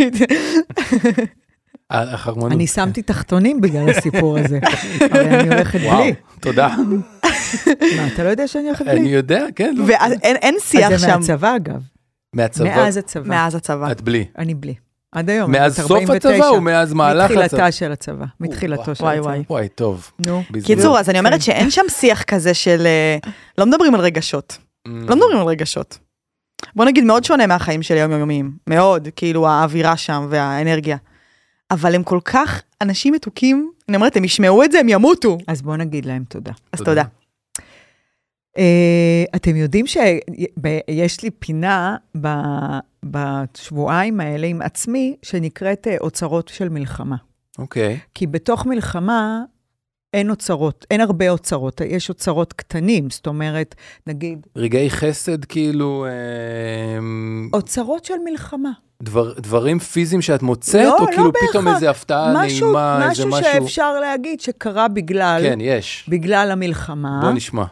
אני שמתי תחתונים בגלל הסיפור הזה, אבל אני הולכת בלי. תודה. מה, אתה לא יודע שאני הולכת בלי? אני יודע, כן. ואין שיח שם. אז זה מהצבא, אגב. מהצבא? מאז הצבא. מאז הצבא. את בלי. אני בלי. עד היום. מאז סוף הצבא או מאז מהלך הצבא? מתחילתה של הצבא. מתחילתו של הצבא. וואי, טוב. נו. קיצור, אז אני אומרת שאין שם שיח כזה של... לא מדברים על רגשות. לא מדברים על רגשות. בוא נגיד, מאוד שונה מהחיים של היום-יומיים. מאוד, כאילו, האווירה שם והאנרגיה. אבל הם כל כך אנשים מתוקים, אני אומרת, הם ישמעו את זה, הם ימותו. אז בוא נגיד להם תודה. אז תודה. אתם יודעים שיש לי פינה בשבועיים האלה עם עצמי, שנקראת אוצרות של מלחמה. אוקיי. כי בתוך מלחמה אין אוצרות, אין הרבה אוצרות, יש אוצרות קטנים, זאת אומרת, נגיד... רגעי חסד, כאילו... אוצרות של מלחמה. דבר, דברים פיזיים שאת מוצאת, לא, או לא כאילו בהכרח. פתאום איזה הפתעה משהו, נעימה, משהו איזה משהו... משהו שאפשר להגיד שקרה בגלל... כן, יש. בגלל המלחמה. בוא נשמע.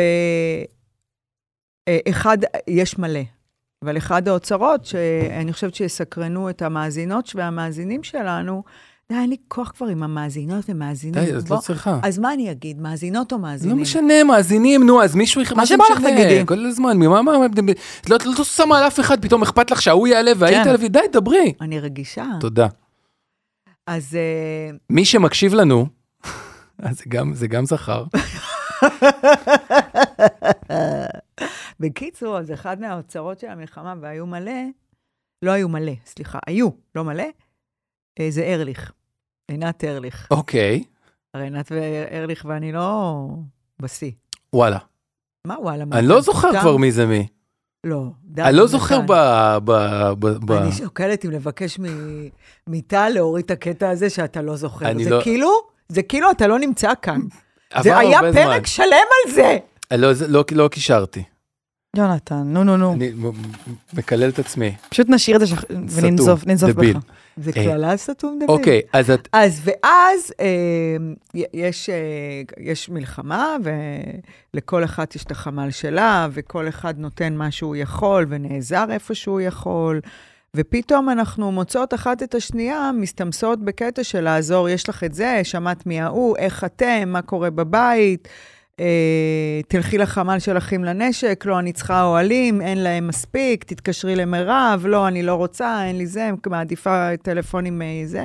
ואחד, יש מלא. אבל אחד האוצרות, שאני חושבת שיסקרנו את המאזינות והמאזינים שלנו, די, אין לי כוח כבר עם המאזינות ומאזינים. די, אז לא צריכה. אז מה אני אגיד, מאזינות או מאזינים? לא משנה, מאזינים, נו, אז מישהו... מה שבא לך תגידי. כל הזמן, מה, מה, לא שמה על אף אחד, פתאום אכפת לך שההוא יעלה והיית לוי, די, דברי. אני רגישה. תודה. אז... מי שמקשיב לנו, זה גם זכר. בקיצור, אז אחד מהאוצרות של המלחמה, והיו מלא, לא היו מלא, סליחה, היו, לא מלא, זה ארליך, עינת ארליך. אוקיי. הרי עינת וארליך ואני לא בסי. וואלה. מה וואלה? אני לא זוכר כבר מי זה מי. לא. אני לא זוכר ב... אני שוקלת אם לבקש מיטה להוריד את הקטע הזה שאתה לא זוכר. זה כאילו, זה כאילו אתה לא נמצא כאן. זה היה פרק שלם על זה. לא קישרתי. יונתן, נו, נו, נו. אני מקלל את עצמי. פשוט נשאיר את זה וננזוף בך. זה כללה סתום דביל. אוקיי, אז את... אז ואז יש מלחמה, ולכל אחד יש את החמל שלה, וכל אחד נותן מה שהוא יכול, ונעזר איפה שהוא יכול, ופתאום אנחנו מוצאות אחת את השנייה, מסתמסות בקטע של לעזור, יש לך את זה, שמעת מי ההוא, איך אתם, מה קורה בבית, תלכי לחמל של אחים לנשק, לא, אני צריכה אוהלים, אין להם מספיק, תתקשרי למרב, לא, אני לא רוצה, אין לי זה, מעדיפה טלפונים זה.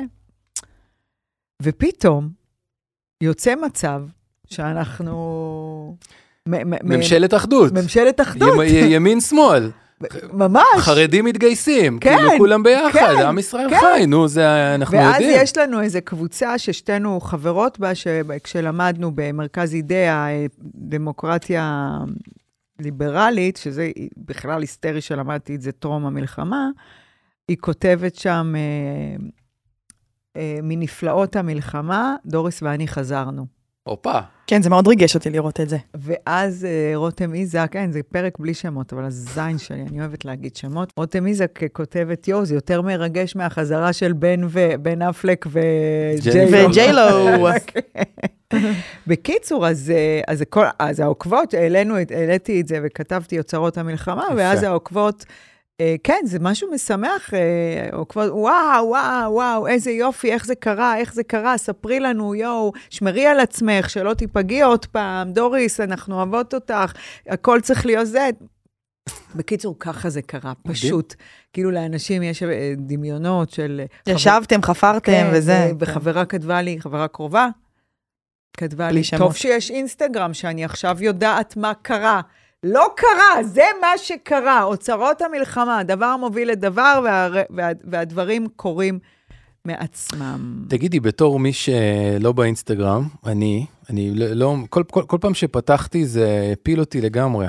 ופתאום יוצא מצב שאנחנו... ממשלת אחדות. ממשלת אחדות. ימין שמאל. ממש. חרדים מתגייסים, כן, כאילו כולם ביחד, כן, עם ישראל כן. חי, נו, זה אנחנו ואז יודעים. ואז יש לנו איזו קבוצה ששתינו חברות בה, כשלמדנו במרכז אידאה, דמוקרטיה ליברלית, שזה בכלל היסטרי שלמדתי את זה טרום המלחמה, היא כותבת שם, אה, אה, מנפלאות המלחמה, דוריס ואני חזרנו. אופה. כן, זה מאוד ריגש אותי לראות את זה. ואז uh, רותם איזק, כן, זה פרק בלי שמות, אבל הזין שלי, אני אוהבת להגיד שמות. רותם איזק כותבת, יו, זה יותר מרגש מהחזרה של בן ובן אפלק וג'יילו. וג'יילו. בקיצור, אז, אז, כל, אז העוקבות, העלינו, העליתי את זה וכתבתי יוצרות המלחמה, ואז העוקבות, כן, זה משהו משמח, וואו, וואו, וואו, איזה יופי, איך זה קרה, איך זה קרה, ספרי לנו, יואו, שמרי על עצמך, שלא תיפגעי עוד פעם, דוריס, אנחנו אוהבות אותך, הכל צריך להיות זה. בקיצור, ככה זה קרה, פשוט. כאילו לאנשים יש דמיונות של... ישבתם, חפרתם וזה. וחברה כתבה לי, חברה קרובה, כתבה לי, טוב שיש אינסטגרם, שאני עכשיו יודעת מה קרה, לא קרה, זה מה שקרה, אוצרות המלחמה, דבר מוביל לדבר, וה, וה, והדברים קורים מעצמם. תגידי, בתור מי שלא באינסטגרם, אני, אני לא, כל, כל, כל פעם שפתחתי זה הפיל אותי לגמרי,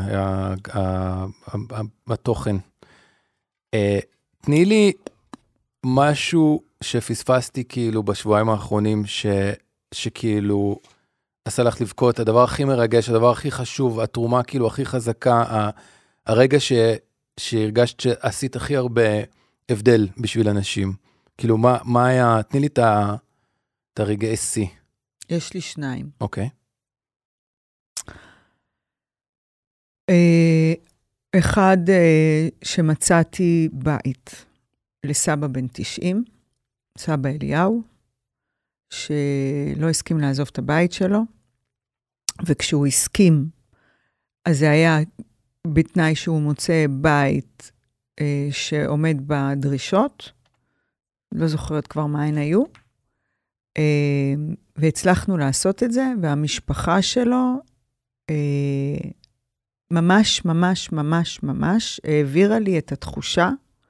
התוכן. תני לי משהו שפספסתי כאילו בשבועיים האחרונים, ש, שכאילו... עשה לך לבכות, הדבר הכי מרגש, הדבר הכי חשוב, התרומה כאילו הכי חזקה, הרגע ש, שהרגשת שעשית הכי הרבה הבדל בשביל אנשים. כאילו, מה, מה היה, תני לי את הרגעי שיא. יש לי שניים. אוקיי. אחד שמצאתי בית לסבא בן תשעים, סבא אליהו, שלא הסכים לעזוב את הבית שלו, וכשהוא הסכים, אז זה היה בתנאי שהוא מוצא בית אה, שעומד בדרישות, לא זוכרת כבר מה הן היו, אה, והצלחנו לעשות את זה, והמשפחה שלו אה, ממש, ממש, ממש, ממש העבירה לי את התחושה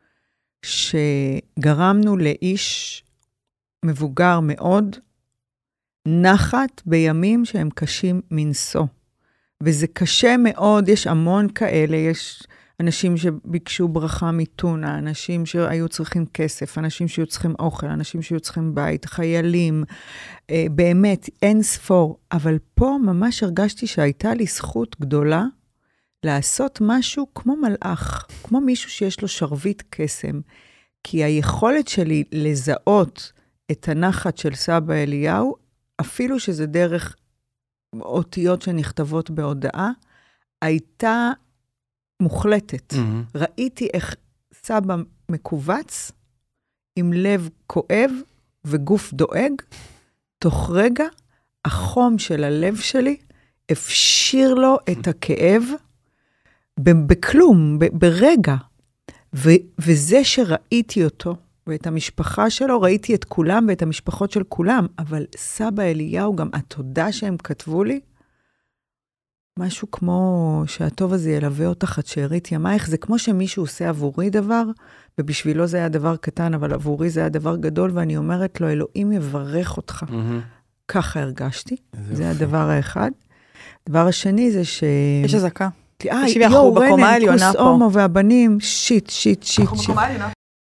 שגרמנו לאיש מבוגר מאוד, נחת בימים שהם קשים מנסו. וזה קשה מאוד, יש המון כאלה, יש אנשים שביקשו ברכה מתונה, אנשים שהיו צריכים כסף, אנשים שהיו צריכים אוכל, אנשים שהיו צריכים בית, חיילים, אה, באמת, אין ספור. אבל פה ממש הרגשתי שהייתה לי זכות גדולה לעשות משהו כמו מלאך, כמו מישהו שיש לו שרביט קסם, כי היכולת שלי לזהות את הנחת של סבא אליהו, אפילו שזה דרך אותיות שנכתבות בהודעה, הייתה מוחלטת. Mm-hmm. ראיתי איך סבא מקובץ, עם לב כואב וגוף דואג, תוך רגע, החום של הלב שלי אפשיר לו את הכאב, בכלום, ברגע. ו- וזה שראיתי אותו, ואת המשפחה שלו, ראיתי את כולם ואת המשפחות של כולם, אבל סבא אליהו, גם התודה שהם כתבו לי, משהו כמו שהטוב הזה ילווה אותך עד שארית ימייך, זה כמו שמישהו עושה עבורי דבר, ובשבילו זה היה דבר קטן, אבל עבורי זה היה דבר גדול, ואני אומרת לו, אלוהים יברך אותך. Mm-hmm. ככה הרגשתי, זה, זה הדבר האחד. הדבר השני זה ש... יש הזקה. אה, תקשיבי, אנחנו יו, בקומה רנן, העליונה כוס פה. הומו והבנים, שיט, שיט, שיט, אנחנו שיט. בקומה העליונה.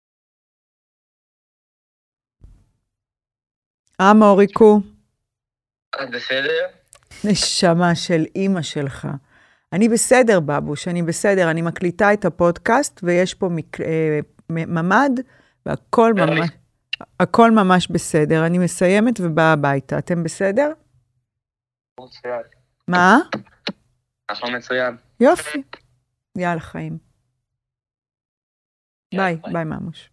אה, מוריקו, את בסדר? נשמה של אימא שלך. אני בסדר, בבוש, אני בסדר, אני מקליטה את הפודקאסט, ויש פה מק... אה, ממד, והכל ממש, הכל ממש בסדר. אני מסיימת ובאה הביתה. אתם בסדר? מצוין. מה? אנחנו מצוין. יופי. יאללה, חיים. ביי, ביי, ממוש.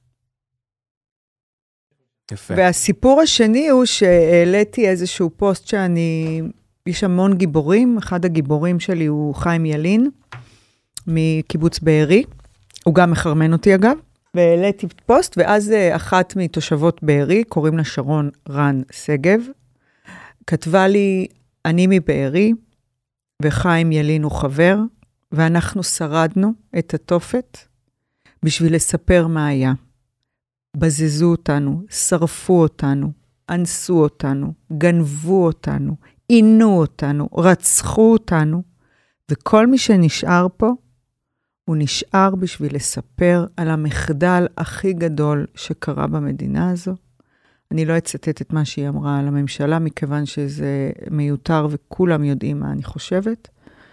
יפה. והסיפור השני הוא שהעליתי איזשהו פוסט שאני, יש המון גיבורים, אחד הגיבורים שלי הוא חיים ילין, מקיבוץ בארי, הוא גם מחרמן אותי אגב, והעליתי פוסט, ואז אחת מתושבות בארי, קוראים לה שרון רן סגב, כתבה לי, אני מבארי, וחיים ילין הוא חבר, ואנחנו שרדנו את התופת, בשביל לספר מה היה. בזזו אותנו, שרפו אותנו, אנסו אותנו, גנבו אותנו, עינו אותנו, רצחו אותנו, וכל מי שנשאר פה, הוא נשאר בשביל לספר על המחדל הכי גדול שקרה במדינה הזו. אני לא אצטט את מה שהיא אמרה על הממשלה, מכיוון שזה מיותר וכולם יודעים מה אני חושבת.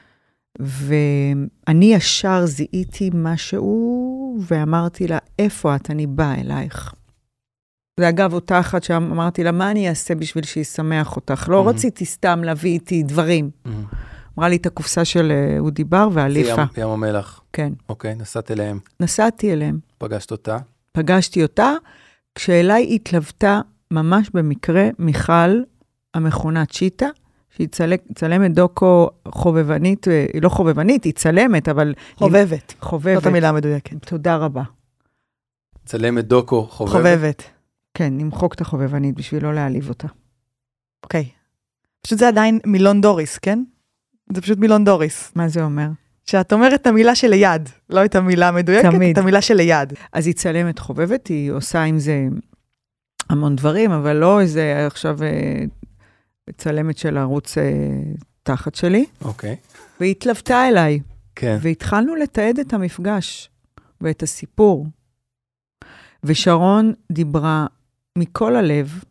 ואני ישר זיהיתי משהו, ואמרתי לה, איפה את? אני באה אלייך. זה אגב אותה אחת שאמרתי לה, מה אני אעשה בשביל שישמח אותך? לא רציתי סתם להביא איתי דברים. אמרה לי את הקופסה של אודי בר והליפה. זה ים המלח. כן. אוקיי, נסעת אליהם. נסעתי אליהם. פגשת אותה? פגשתי אותה, כשאליי התלוותה ממש במקרה מיכל, המכונה צ'יטה, שהיא צלמת דוקו חובבנית, היא לא חובבנית, היא צלמת, אבל... חובבת. חובבת. זאת המילה המדויקת. תודה רבה. צלמת דוקו חובבת? חובבת. כן, נמחוק את החובבנית בשביל לא להעליב אותה. אוקיי. פשוט זה עדיין מילון דוריס, כן? זה פשוט מילון דוריס. מה זה אומר? שאת אומרת את המילה שליד, לא את המילה המדויקת, תמיד. את המילה שליד. אז היא צלמת חובבת, היא עושה עם זה המון דברים, אבל לא איזה עכשיו צלמת של ערוץ תחת שלי. אוקיי. והיא התלוותה אליי. כן. והתחלנו לתעד את המפגש ואת הסיפור. ושרון דיברה מכל הלב,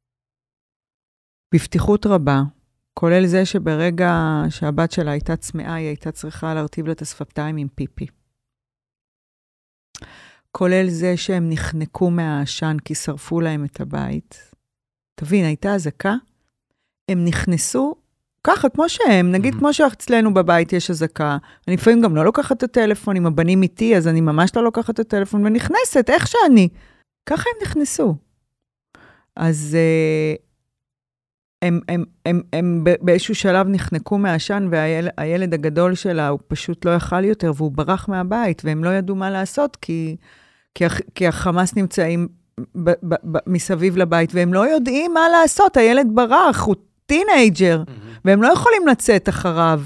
בפתיחות רבה, כולל זה שברגע שהבת שלה הייתה צמאה, היא הייתה צריכה להרטיב לה את השפתיים עם פיפי. כולל זה שהם נחנקו מהעשן כי שרפו להם את הבית. תבין, הייתה הזקה, הם נכנסו ככה, כמו שהם, נגיד כמו שאצלנו בבית יש הזקה, אני לפעמים גם לא לוקחת את הטלפון, עם הבנים איתי, אז אני ממש לא לוקחת את הטלפון, ונכנסת, איך שאני. ככה הם נכנסו. אז הם, הם, הם, הם באיזשהו שלב נחנקו מהעשן, והילד הגדול שלה, הוא פשוט לא יכל יותר, והוא ברח מהבית, והם לא ידעו מה לעשות, כי, כי, כי החמאס נמצאים ב, ב, ב, מסביב לבית, והם לא יודעים מה לעשות, הילד ברח, הוא טינאג'ר, mm-hmm. והם לא יכולים לצאת אחריו.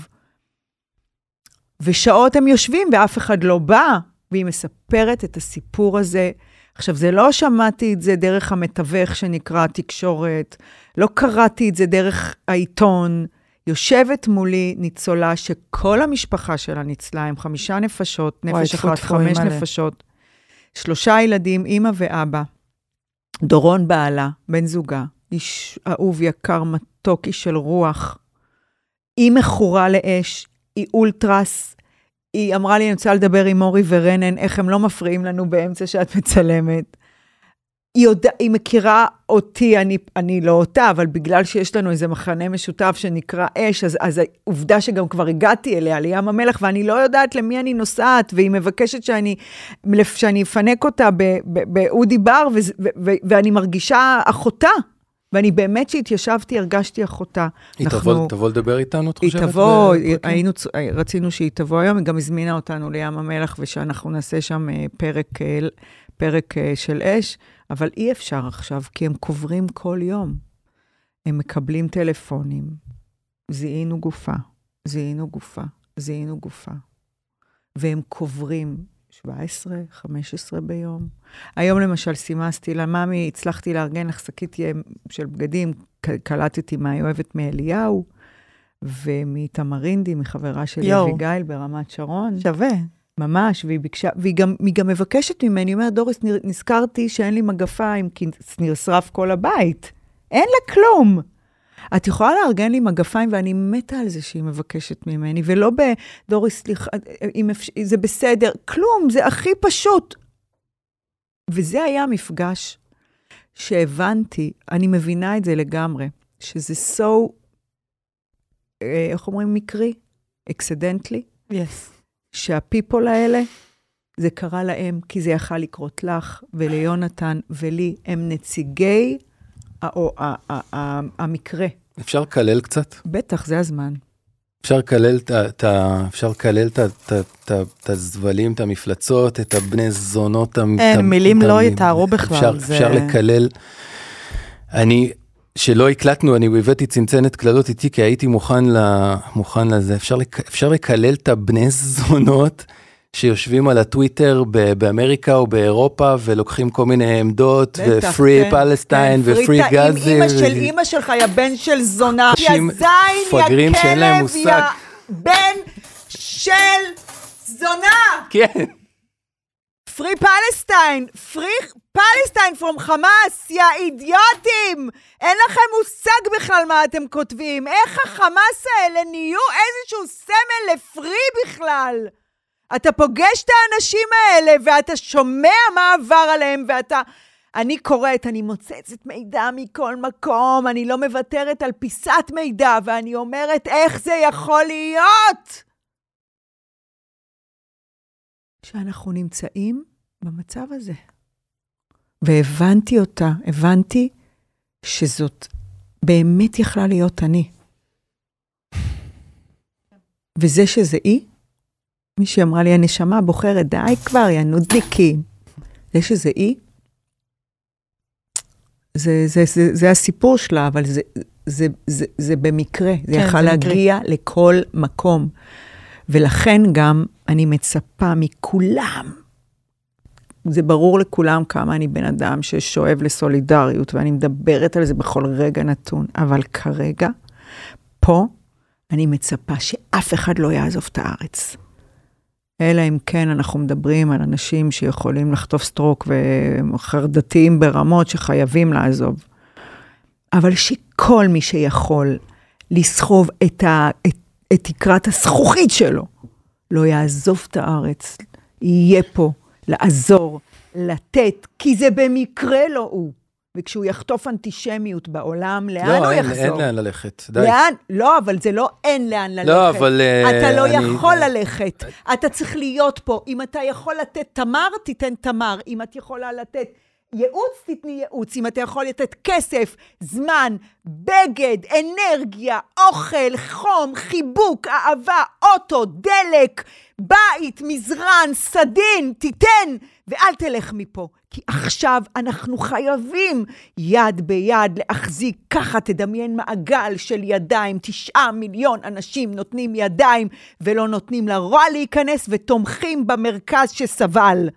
ושעות הם יושבים, ואף אחד לא בא, והיא מספרת את הסיפור הזה. עכשיו, זה לא שמעתי את זה דרך המתווך שנקרא תקשורת, לא קראתי את זה דרך העיתון, יושבת מולי ניצולה שכל המשפחה שלה ניצלה, עם חמישה נפשות, נפש אחת, חמש נפשות, שלושה ילדים, אמא ואבא, דורון בעלה, בן זוגה, איש אהוב יקר מתוק, איש של רוח, היא מכורה לאש, היא אולטרס, היא אמרה לי, אני רוצה לדבר עם מורי ורנן, איך הם לא מפריעים לנו באמצע שאת מצלמת. היא, יודע, היא מכירה אותי, אני, אני לא אותה, אבל בגלל שיש לנו איזה מחנה משותף שנקרא אש, אז, אז העובדה שגם כבר הגעתי אליה, לים המלח, ואני לא יודעת למי אני נוסעת, והיא מבקשת שאני, שאני אפנק אותה באודי בר, ו, ו, ו, ואני מרגישה אחותה. ואני באמת שהתיישבתי, הרגשתי אחותה. היא אנחנו... תבוא, תבוא לדבר איתנו, את חושבת? היא תבוא, היינו, רצינו שהיא תבוא היום, היא גם הזמינה אותנו לים המלח, ושאנחנו נעשה שם פרק, פרק של אש, אבל אי אפשר עכשיו, כי הם קוברים כל יום. הם מקבלים טלפונים, זיהינו גופה, זיהינו גופה, זיהינו גופה. והם קוברים שבע עשרה, חמש עשרה ביום. היום למשל סימסתי לה, ממי, הצלחתי לארגן לך שקית של בגדים, קלטתי מה היא אוהבת מאליהו, ומתמרינדי, מחברה שלי, יו. אביגיל ברמת שרון. שווה. ממש, והיא ביקשה, והיא גם, היא גם מבקשת ממני, היא אומרת, דוריס, נזכרתי שאין לי מגפיים, כי נשרף כל הבית. אין לה כלום. את יכולה לארגן לי מגפיים, ואני מתה על זה שהיא מבקשת ממני, ולא בדוריס, סליחה, זה בסדר, כלום, זה הכי פשוט. וזה היה המפגש שהבנתי, אני מבינה את זה לגמרי, שזה so, איך אומרים מקרי? אקסידנטלי? Yes. שהפיפול האלה, זה קרה להם, כי זה יכל לקרות לך, וליונתן ולי, הם נציגי או, המקרה. אפשר לקלל קצת? בטח, זה הזמן. אפשר לקלל את ה... אפשר לקלל את הזבלים, את המפלצות, את הבני זונות. אין, מילים לא יתארו בכלל. אפשר לקלל. אני, שלא הקלטנו, אני הבאתי צנצנת קללות איתי, כי הייתי מוכן לזה. אפשר לקלל את הבני זונות, שיושבים על הטוויטר באמריקה או באירופה, ולוקחים כל מיני עמדות, ופרי פלסטיין, ופרי גזי. עם אמא של אמא שלך, יא בן של זונה, יא זין, יא כלב, יא בן של זונה. כן. פרי פלסטיין, פרי פלסטיין פרום חמאס, יא אידיוטים. אין לכם מושג בכלל מה אתם כותבים. איך החמאס האלה נהיו איזשהו סמל לפרי בכלל? אתה פוגש את האנשים האלה, ואתה שומע מה עבר עליהם, ואתה... אני קוראת, אני מוצצת מידע מכל מקום, אני לא מוותרת על פיסת מידע, ואני אומרת, איך זה יכול להיות? שאנחנו נמצאים במצב הזה. והבנתי אותה, הבנתי שזאת באמת יכלה להיות אני. וזה שזה היא, מי שאמרה לי, הנשמה בוחרת, די כבר, יא נודניקים. זה שזה היא, זה, זה, זה, זה הסיפור שלה, אבל זה, זה, זה, זה במקרה, זה כן, יכול זה להגיע מקרה. לכל מקום. ולכן גם אני מצפה מכולם, זה ברור לכולם כמה אני בן אדם ששואב לסולידריות, ואני מדברת על זה בכל רגע נתון, אבל כרגע, פה, אני מצפה שאף אחד לא יעזוב את הארץ. אלא אם כן אנחנו מדברים על אנשים שיכולים לחטוף סטרוק וחרדתיים ברמות שחייבים לעזוב. אבל שכל מי שיכול לסחוב את, ה, את, את תקרת הזכוכית שלו, לא יעזוב את הארץ, יהיה פה לעזור, לתת, כי זה במקרה לא הוא. וכשהוא יחטוף אנטישמיות בעולם, לאן לא, הוא אין, יחזור? אין לאן ללכת, די. לאן? לא, אבל זה לא אין לאן ללכת. לא, אבל... אתה לא אני... יכול ללכת. אתה צריך להיות פה. אם אתה יכול לתת תמר, תיתן תמר. אם את יכולה לתת ייעוץ, תתני ייעוץ. אם אתה יכול לתת כסף, זמן, בגד, אנרגיה, אוכל, חום, חיבוק, אהבה, אוטו, דלק, בית, מזרן, סדין, תיתן, ואל תלך מפה. כי עכשיו אנחנו חייבים יד ביד להחזיק, ככה תדמיין מעגל של ידיים, תשעה מיליון אנשים נותנים ידיים ולא נותנים לרוע להיכנס ותומכים במרכז שסבל.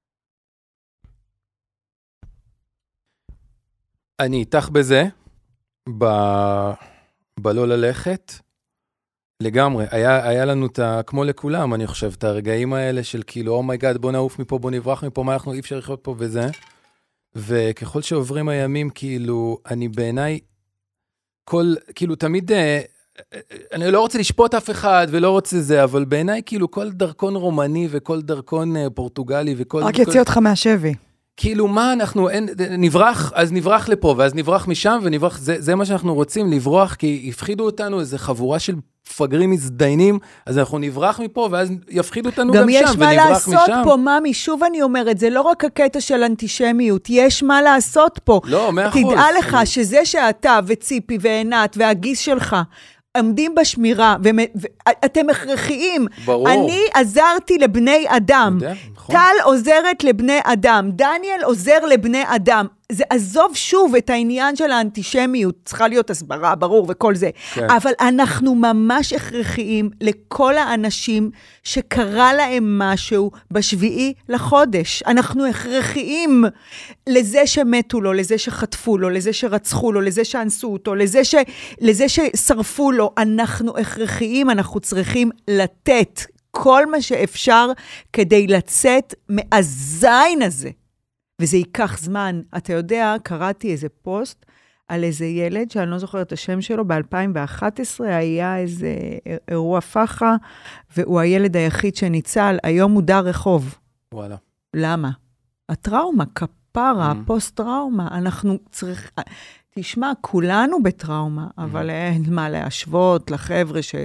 אני איתך בזה, ב... בלא ללכת, לגמרי, היה, היה לנו את ה... כמו לכולם, אני חושב, את הרגעים האלה של כאילו, אומייגאד, בוא נעוף מפה, בוא נברח מפה, מה אנחנו אי אפשר לחיות פה וזה. וככל שעוברים הימים, כאילו, אני בעיניי, כל, כאילו, תמיד, אני לא רוצה לשפוט אף אחד, ולא רוצה זה, אבל בעיניי, כאילו, כל דרכון רומני, וכל דרכון פורטוגלי, וכל... רק יציא אותך מהשבי. כאילו, מה אנחנו, אין, נברח, אז נברח לפה, ואז נברח משם, ונברח, זה, זה מה שאנחנו רוצים, לברוח, כי יפחידו אותנו, איזו חבורה של פגרים מזדיינים, אז אנחנו נברח מפה, ואז יפחידו אותנו גם, גם שם, ונברח משם. גם יש מה לעשות פה, ממי, שוב אני אומרת, זה לא רק הקטע של אנטישמיות, יש מה לעשות פה. לא, מאה אחוז. תדע לך אני... שזה שאתה וציפי ועינת והגיס שלך, עמדים בשמירה, ואתם הכרחיים. ברור. אני עזרתי לבני אדם. יודע, נכון. נכון. טל עוזרת לבני אדם, דניאל עוזר לבני אדם. זה עזוב שוב את העניין של האנטישמיות, צריכה להיות הסברה, ברור וכל זה. כן. אבל אנחנו ממש הכרחיים לכל האנשים שקרה להם משהו בשביעי לחודש. אנחנו הכרחיים לזה שמתו לו, לזה שחטפו לו, לזה שרצחו לו, לזה שאנסו אותו, לזה, ש... לזה ששרפו לו. אנחנו הכרחיים, אנחנו צריכים לתת כל מה שאפשר כדי לצאת מהזין הזה. וזה ייקח זמן. אתה יודע, קראתי איזה פוסט על איזה ילד, שאני לא זוכרת את השם שלו, ב-אלפיים ואחת עשרה היה איזה אירוע פחה, והוא הילד היחיד שניצל, היום הוא דר רחוב. וואלה. למה? הטראומה, כפרה, mm-hmm. הפוסט-טראומה, אנחנו צריכים... תשמע, כולנו בטראומה, mm-hmm. אבל אין מה להשוות לחבר'ה ש...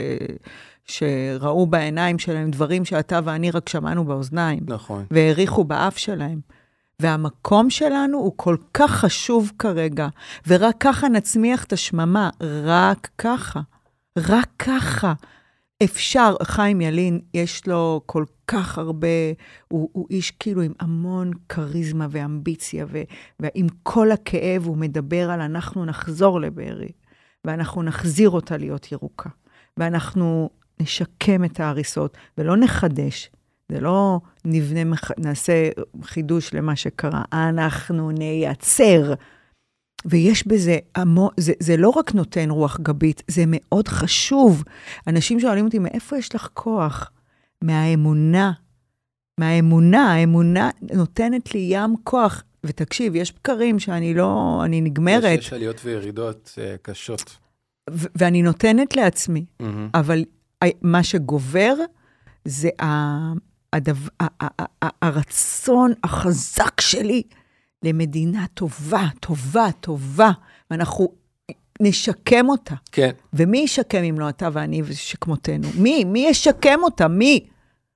שראו בעיניים שלהם דברים שאתה ואני רק שמענו באוזניים. נכון. והעריכו באף שלהם. והמקום שלנו הוא כל כך חשוב כרגע, ורק ככה נצמיח את השממה, רק ככה, רק ככה. אפשר, חיים ילין, יש לו כל כך הרבה, הוא, הוא איש כאילו עם המון קריזמה ואמביציה, ו, ועם כל הכאב הוא מדבר על אנחנו נחזור לבארי, ואנחנו נחזיר אותה להיות ירוקה, ואנחנו נשקם את ההריסות, ולא נחדש, זה לא נבנה, נעשה חידוש למה שקרה, אנחנו נייצר. ויש בזה, זה, זה לא רק נותן רוח גבית, זה מאוד חשוב. אנשים שואלים אותי, מאיפה יש לך כוח? מהאמונה. מהאמונה, האמונה נותנת לי ים כוח. ותקשיב, יש בקרים שאני לא, אני נגמרת. יש עליות וירידות uh, קשות. ו- ואני נותנת לעצמי. Mm-hmm. אבל מה שגובר, זה ה- הדבר, ה- ה- ה- הרצון החזק שלי, למדינה טובה, טובה, טובה, ואנחנו נשקם אותה. כן. ומי ישקם אם לא אתה ואני ושכמותנו? מי? מי ישקם אותה? מי?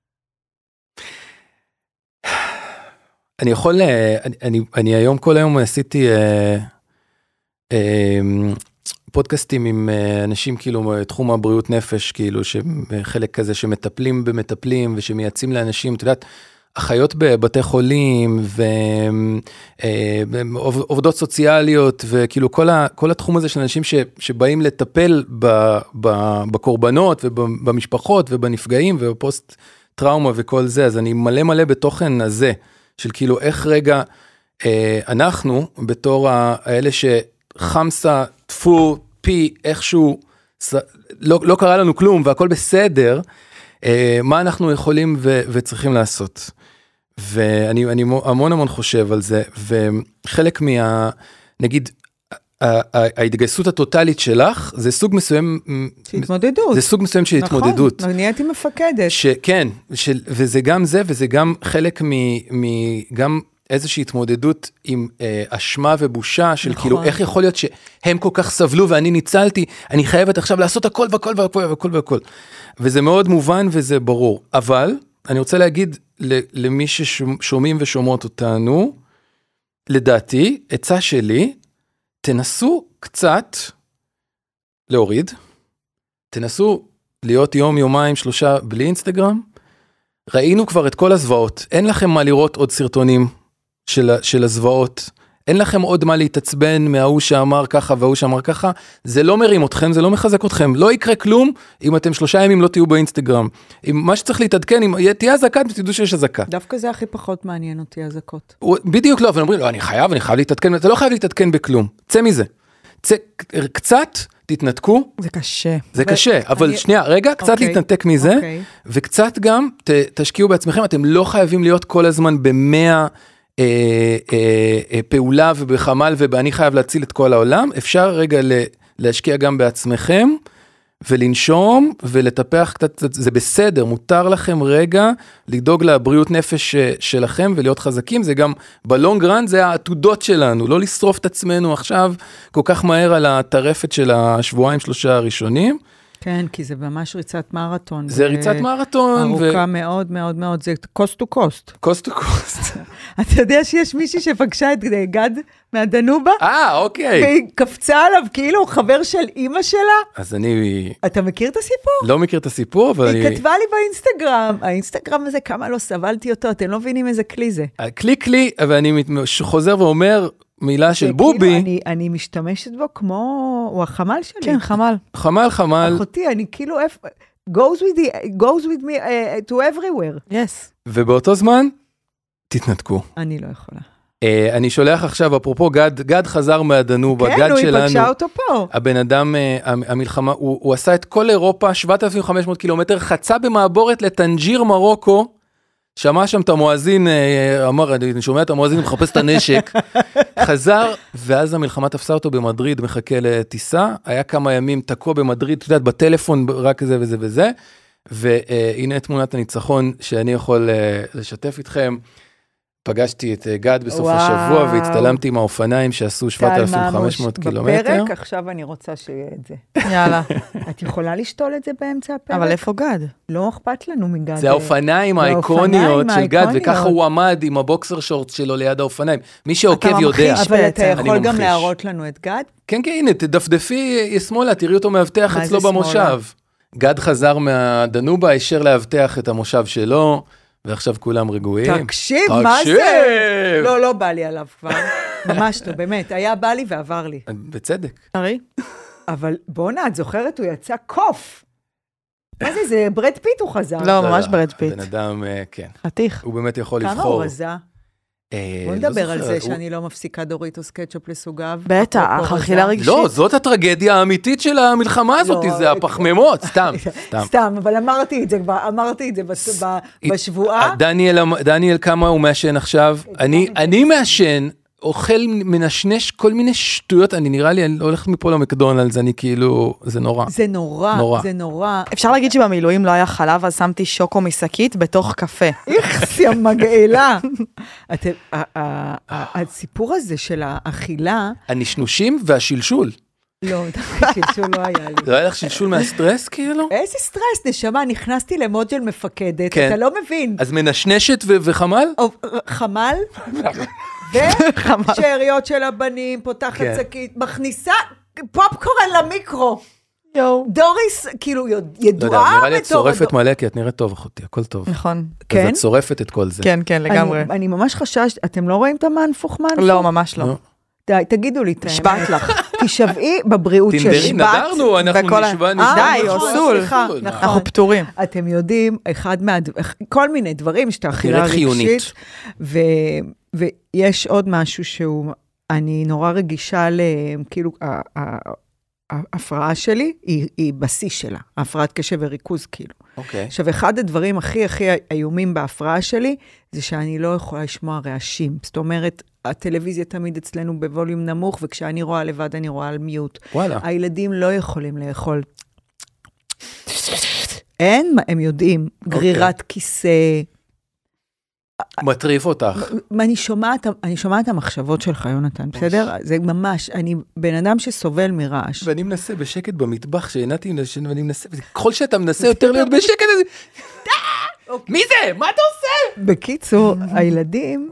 אני יכול, אני, אני, אני היום, כל היום עשיתי אה, אה, פודקאסטים עם אנשים כאילו, תחום הבריאות נפש, כאילו, שחלק כזה שמטפלים במטפלים ושמייעצים לאנשים, אתה יודעת, אחיות בבתי חולים, ועובדות סוציאליות, וכאילו כל, ה, כל התחום הזה של אנשים ש, שבאים לטפל ב, ב, בקורבנות, ובמשפחות, ובנפגעים, ובפוסט טראומה וכל זה, אז אני מלא מלא בתוכן הזה, של כאילו איך רגע אנחנו, בתור האלה שחמסה, תפו, פי, איכשהו, לא, לא קרה לנו כלום, והכל בסדר, מה אנחנו יכולים ו, וצריכים לעשות. ואני אני המון המון חושב על זה, וחלק מה, נגיד, ההתגייסות הטוטלית שלך, זה סוג מסוים, התמודדות. זה סוג מסוים של התמודדות. נכון, נהייתי מפקדת. כן, וזה גם זה, וזה גם חלק גם איזושהי התמודדות עם אשמה ובושה, של כאילו, איך יכול להיות שהם כל כך סבלו, ואני ניצלתי, אני חייבת עכשיו לעשות הכל והכל והכל והכל והכל. וזה מאוד מובן וזה ברור. אבל אני רוצה להגיד למי ששומעים ושומעות אותנו, לדעתי, עצה שלי, תנסו קצת להוריד, תנסו להיות יום, יומיים, שלושה בלי אינסטגרם, ראינו כבר את כל הזוועות, אין לכם מה לראות עוד סרטונים של, של הזוועות, אין לכם עוד מה להתעצבן מההוא שאמר ככה וההוא שאמר ככה, זה לא מרים אתכם, זה לא מחזק אתכם, לא יקרה כלום אם אתם שלושה ימים לא תהיו באינסטגרם. אם מה שצריך להתעדכן, אם תהיה הזקה, תדעו שיש הזקה. דווקא זה הכי פחות מעניין אותי, הזקות. בדיוק לא, אבל אומרים, לא, אני חייב, אני חייב להתעדכן, אתה לא חייב להתעדכן בכלום, צא מזה. צא, קצת תתנתקו. זה קשה. זה קשה, אבל שנייה, רגע, קצת להתנתק מזה, וקצת גם תשקיעו בעצמכם, אתם לא חייבים להיות כל הזמן במאה אה, אה, אה, פעולה ובחמל, ואני חייב להציל את כל העולם, אפשר רגע להשקיע גם בעצמכם, ולנשום, ולטפח קצת, זה בסדר, מותר לכם רגע, לדאוג לבריאות נפש שלכם, ולהיות חזקים, זה גם בלונג רן, זה העתודות שלנו, לא לשרוף את עצמנו עכשיו, כל כך מהר על הטרפת של השבועיים, שלושה הראשונים. כן, כי זה ממש ריצת מרתון. זה ריצת מרתון. ארוכה מאוד מאוד מאוד, זה קוסט טו קוסט. קוסט טו קוסט. אתה יודע שיש מישהי שפגשה את גד מהדנובה? אה, אוקיי. והיא קפצה עליו כאילו הוא חבר של אימא שלה? אז אני... אתה מכיר את הסיפור? לא מכיר את הסיפור, אבל אני... היא כתבה לי באינסטגרם, האינסטגרם הזה, כמה לא סבלתי אותו, אתם לא מבינים איזה כלי זה. כלי כלי, אבל אני חוזר ואומר מילה של בובי. אני, אני משתמשת בו כמו, הוא החמל שלי. כן, חמל. חמל, חמל. אחותי, אני כאילו, goes with, the, goes with me uh, to everywhere. Yes. ובאותו זמן, תתנתקו. אני לא יכולה. Uh, אני שולח עכשיו, אפרופו גד, גד חזר מהדנובה, כן, גד הוא שלנו. יפגשה אותו פה. הבן אדם, uh, המלחמה, הוא, הוא עשה את כל אירופה, שבעת אלפים וחמש מאות קילומטר, חצה במעבורת לטנג'יר מרוקו, שמע שם את המואזין, אמר, אני שומע את המואזין, מחפש את הנשק, חזר, ואז המלחמה תפסה אותו במדריד, מחכה לטיסה, היה כמה ימים תקוע במדריד, אתה יודעת, בטלפון, רק זה וזה וזה, והנה תמונת הניצחון שאני יכול לשתף איתכם, פגשתי את גד בסוף וואו. השבוע, והצטלמתי עם האופניים שעשו שבעת אלפים וחמש מאות קילומטר. בפרק, עכשיו אני רוצה שיהיה את זה. יאללה. את יכולה לשתול את זה באמצע הפרק? אבל איפה גד? לא אכפת לנו מגד. זה האופניים האיקוניות של גד, וככה הוא עמד עם הבוקסר שורט שלו ליד האופניים. מי שעוקב יודע. אבל אתה יכול גם להראות לנו את גד? כן, כן, הנה, תדפדפי שמאלה, תראי אותו מאבטח אצלו במושב. גד חזר מהדנובה, הישר להבטח את המושב שלו. ועכשיו כולם רגועים. תקשיב, מה זה? לא, לא בא לי עליו כבר. ממש טוב, באמת. היה בא לי ועבר לי. בצדק. הרי? אבל בוא'נה, את זוכרת, הוא יצא קוף. מה זה, זה ברד פיט הוא חזר. לא, ממש ברד פיט. בן אדם, כן. חתיך. הוא באמת יכול לבחור. כמה הוא רזה? בוא נדבר על זה שאני לא מפסיקה דוריטוס קטשופ לסוגיו. בטח, אכילה רגשית. לא, זאת הטרגדיה האמיתית של המלחמה הזאת, זה הפחמימות, סתם. סתם, אבל אמרתי את זה, אמרתי את זה בשבועה. דניאל, כמה הוא מעשן עכשיו? אני מעשן, אוכל מנשנש כל מיני שטויות, אני נראה לי, אני לא הולכת מפה למקדונלדס, אני כאילו, זה נורא. זה נורא, זה נורא. אפשר להגיד שבמילואים לא היה חלב, אז שמתי שוקו מסקית בתוך קפה. איכסי המגעילה. הסיפור הזה של האכילה... הנשנושים והשלשול. לא, השלשול לא היה לי. לא היה לך שלשול מהסטרס כאילו? איזה סטרס, נשמה, נכנסתי למודג'ל מפקדת, אתה לא מבין. אז מנשנשת וחמל? חמל? ושאריות של הבנים, פותחת שקית, מכניסה פופקורן למיקרו. דוריס, כאילו, ידועה בתור... נראה לי את שורפת מלא, כי את נראית טוב, אחותי, הכל טוב. נכון. אז את שורפת את כל זה. כן, כן, לגמרי. אני ממש חשש, אתם לא רואים את המנפוך מנפוך? לא, ממש לא. די, תגידו לי את האמת. נשבעת לך. תשבעי בבריאות שלי. תנדרי, נדרנו, אנחנו נשבע, נשבע. די, אוסול. אנחנו פטורים. אתם יודעים, אחד מה... כל מיני דברים, שאתה אכילה רגשית. ויש עוד משהו שהוא... אני נורא רגישה ל... כאילו, ההפרעה שלי היא בשיא שלה. ההפרעת קשב וריכוז, כאילו. עכשיו, אחד הדברים הכי הכי איומים בהפרעה שלי, זה שאני לא יכולה לשמוע רעשים. זאת אומרת, הטלוויזיה תמיד אצלנו בווליום נמוך, וכשאני רואה לבד, אני רואה על מיוט. וואלה. הילדים לא יכולים לאכול. אין, הם יודעים, גרירת כיסא. מטריף אותך. אני שומעת, אני שומעת את המחשבות שלך, יונתן, בסדר? זה ממש, אני בן אדם שסובל מרעש. ואני מנסה בשקט במטבח, שעינתי ואני מנסה, ככל שאתה מנסה יותר להיות בשקט, מי זה? מה אתה עושה? בקיצור, הילדים,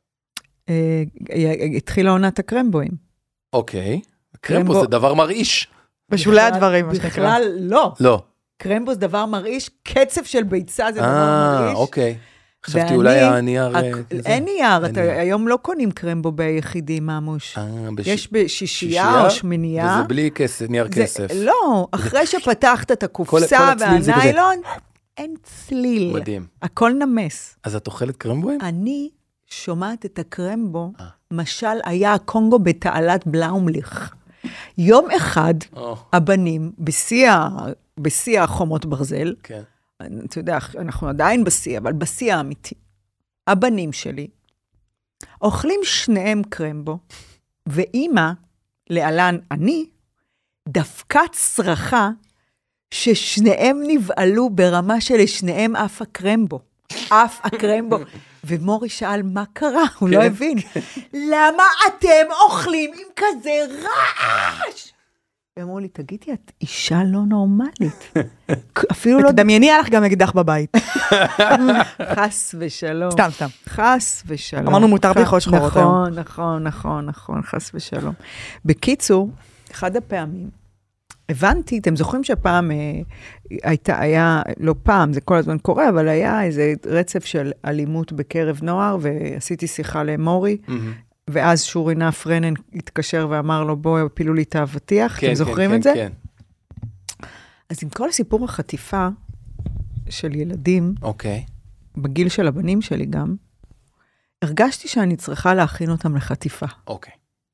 התחילה עונת הקרמבואים. אוקיי. קרמבו זה דבר מרעיש. בשולי הדברים. בכלל לא. לא. קרמבו זה דבר מרעיש, קצב של ביצה זה דבר מרעיש. אה, אוקיי. חשבתי אולי הנייר... אין נייר, היום לא קונים קרמבו ביחידים, ממוש. יש בשישייה או שמנייה. וזה בלי נייר כסף. לא, אחרי שפתחת את הקופסה והניילון, אין צליל. מדהים. הכל נמס. אז את אוכלת קרמבוים? אני שומעת את הקרמבו, משל היה הקונגו בתעלת בלאומליך. יום אחד, הבנים, בשיא החומות ברזל, כן. אתה יודע, אנחנו עדיין בשיא, אבל בשיא האמיתי. הבנים שלי אוכלים שניהם קרמבו, ואימא, לאלן אני, דווקא צרחה ששניהם נבעלו ברמה של שניהם אף הקרמבו. אף הקרמבו. ומורי שאל, מה קרה? הוא לא הבין. למה אתם אוכלים עם כזה רעש? הם אמרו לי, תגידי, את אישה לא נורמלית. אפילו לא... ותדמייני, היה לך גם אקדח בבית. חס ושלום. סתם, סתם. חס ושלום. אמרנו מותר בריחות שחורות היום. נכון, נכון, נכון, נכון, חס ושלום. בקיצור, אחד הפעמים, הבנתי, אתם זוכרים שפעם אה, הייתה, היה, לא פעם, זה כל הזמן קורה, אבל היה איזה רצף של אלימות בקרב נוער, ועשיתי שיחה למורי, mm-hmm. ואז שורינה פרנן התקשר ואמר לו, בוא, הפילו לי את האבטיח, כן, אתם זוכרים כן, את זה? כן, אז עם כל הסיפור החטיפה של ילדים, אוקיי. בגיל של הבנים שלי גם, הרגשתי שאני צריכה להכין אותם לחטיפה. אוקיי.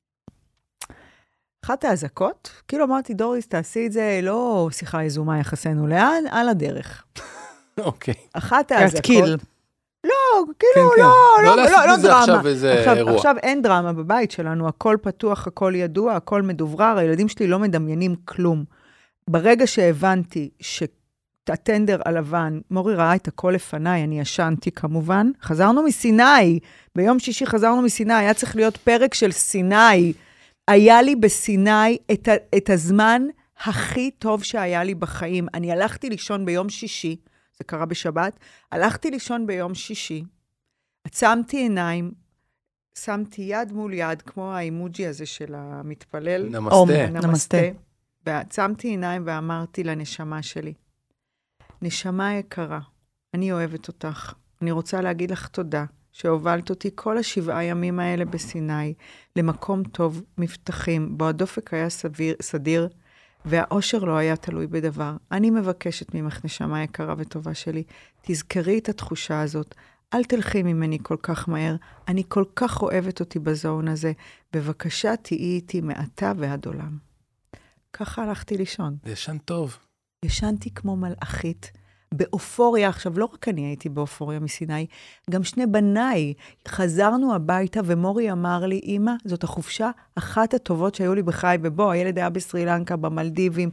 אחת ההזקות, כאילו אמרתי, דוריס, תעשי את זה, לא שיחה יזומה יחסנו לאן, על הדרך. אוקיי. אחת ההזקות... להתקיל. לא, כאילו, כן, לא, כן. לא, לא לא, לעשות לא מזה דרמה. עכשיו איזה עכשיו, אירוע. עכשיו אין דרמה בבית שלנו, הכל פתוח, הכל ידוע, הכל מדוברר, הילדים שלי לא מדמיינים כלום. ברגע שהבנתי שהטנדר הלבן, מורי ראה את הכל לפניי, אני ישנתי כמובן, חזרנו מסיני, ביום שישי חזרנו מסיני, היה צריך להיות פרק של סיני, היה לי בסיני את, ה- את הזמן הכי טוב שהיה לי בחיים. אני הלכתי לישון ביום שישי, זה קרה בשבת, הלכתי לישון ביום שישי, עצמתי עיניים, שמתי יד מול יד, כמו האימוג'י הזה של המתפלל. נמסטה. נמסטה. ועצמתי עיניים ואמרתי לנשמה שלי, נשמה יקרה, אני אוהבת אותך, אני רוצה להגיד לך תודה, שהובלת אותי כל השבעה ימים האלה בסיני, למקום טוב, מבטחים, בו הדופק היה סביר, סדיר, והאושר לא היה תלוי בדבר. אני מבקשת ממך, נשמה יקרה וטובה שלי, תזכרי את התחושה הזאת, אל תלכי ממני כל כך מהר, אני כל כך אוהבת אותי בזון הזה, בבקשה תהיי איתי מעתה ועד עולם. ככה הלכתי לישון. ישן טוב. ישנתי כמו מלאכית, באופוריה, עכשיו לא רק אני הייתי באופוריה מסיני, גם שני בניי, חזרנו הביתה ומורי אמר לי, אמא, זאת החופשה אחת הטובות שהיו לי בחיי, ובוא, הילד היה בסרילנקה, במלדיבים,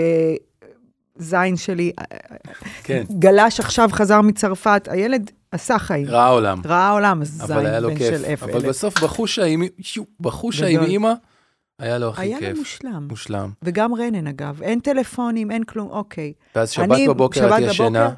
בזין שלי, כן. גלש עכשיו חזר מצרפת, הילד עשה חיים. ראה עולם. ראה עולם, אז זין אבל היה לו בן כיף. של אפס. אבל בסוף בחושה עם, בחושה עם אמא, היה לו הכי היה כיף. לו מושלם. מושלם. וגם רנן אגב, אין טלפונים, אין כלום, אוקיי. ואז שבת בבוקר את ישנה.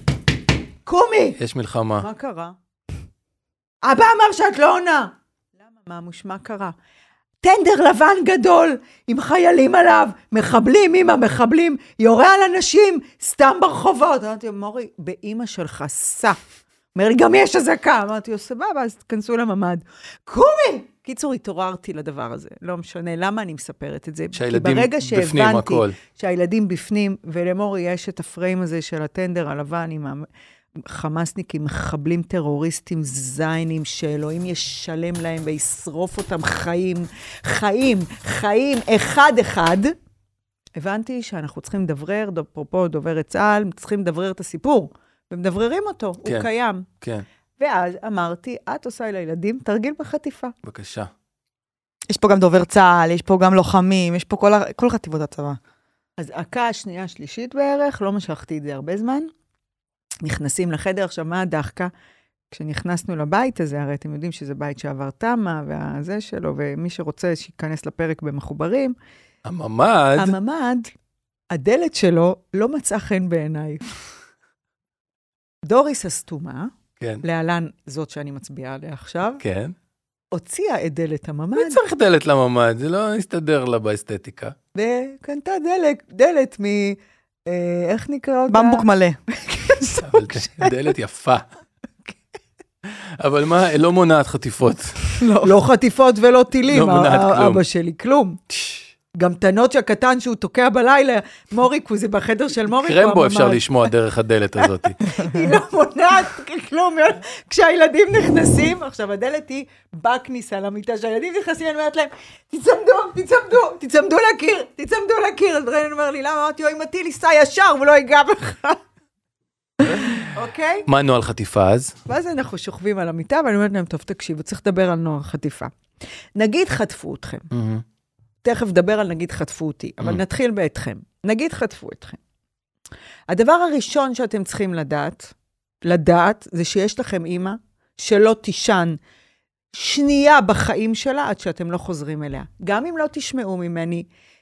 קומי! יש מלחמה. מה קרה? אבא אמר שאת לא עונה. למה? ממוש, מה קרה? טנדר לבן גדול, עם חיילים עליו, מחבלים, אמא, מחבלים, יורה על אנשים, סתם ברחובות. אמרתי, מורי, באמא שלך, סע. אומר לי, גם יש הזקה. אמרתי, או סבבה, אז תכנסו לממד. קומי! קיצור, התעוררתי לדבר הזה. לא משנה, למה אני מספרת את זה? שהילדים כי ברגע בפנים שהבנתי הכל. שהילדים בפנים, ולמורי יש את הפריים הזה של הטנדר הלבן עם החמאסניקים, מחבלים טרוריסטים זיינים, שאלוהים ישלם להם וישרוף אותם חיים, חיים, חיים, אחד אחד. הבנתי שאנחנו צריכים לדברר, אפרופו דוברת צה"ל, צריכים לדברר את הסיפור, ומדבררים אותו, כן, הוא קיים. כן. ואז אמרתי, את עושה לילדים תרגיל בחטיפה. בבקשה. יש פה גם דובר צה"ל, יש פה גם לוחמים, יש פה כל, כל חטיבות הצבא. אז עקה השנייה, השלישית בערך, לא משכתי את זה הרבה זמן. נכנסים לחדר, עכשיו מה הדחקה? כשנכנסנו לבית הזה, הרי אתם יודעים שזה בית שעבר תמה, והזה שלו, ומי שרוצה שיכנס לפרק במחוברים. הממד. הממד, הדלת שלו לא מצאה חן בעיניי. דוריס הסתומה, כן. להלן זאת שאני מצביעה עליה עכשיו, כן. הוציאה את דלת הממד. מי צריך דלת לממד? זה לא יסתדר לה באסתטיקה. וקנתה דלת, דלת מ... אה, איך נקרא אותה? במבוק מלא. אבל דלת יפה. אבל מה, לא מונעת חטיפות. לא חטיפות ולא טילים, לא מונעת כלום. אבא שלי, כלום. גם תנות הקטן שהוא תוקע בלילה, מוריקו, זה בחדר של מוריקו. קרמבו אפשר לשמוע דרך הדלת הזאת. היא לא מונעת כלום. כשהילדים נכנסים, עכשיו הדלת היא בכניסה למיטה, כשהילדים נכנסים, אני אומרת להם, תצמדו, תצמדו, תצמדו לקיר, תצמדו לקיר. אז רנן אומר לי, למה? אמרתי, אוי, מתי לי סע ישר, ולא ייגע בך. אוקיי? מה נוהל חטיפה אז? ואז אנחנו שוכבים על המיטה, ואני אומרת להם, טוב, תקשיבו, צריך לדבר על נוהל חטיפה. נגיד חטפו אתכם. תכף דבר על נגיד חטפו אותי, אבל נתחיל באתכם. נגיד חטפו אתכם. הדבר הראשון שאתם צריכים לדעת, לדעת, זה שיש לכם אימא שלא תישן שנייה בחיים שלה, עד שאתם לא חוזרים אליה. גם אם לא תשמעו ממני,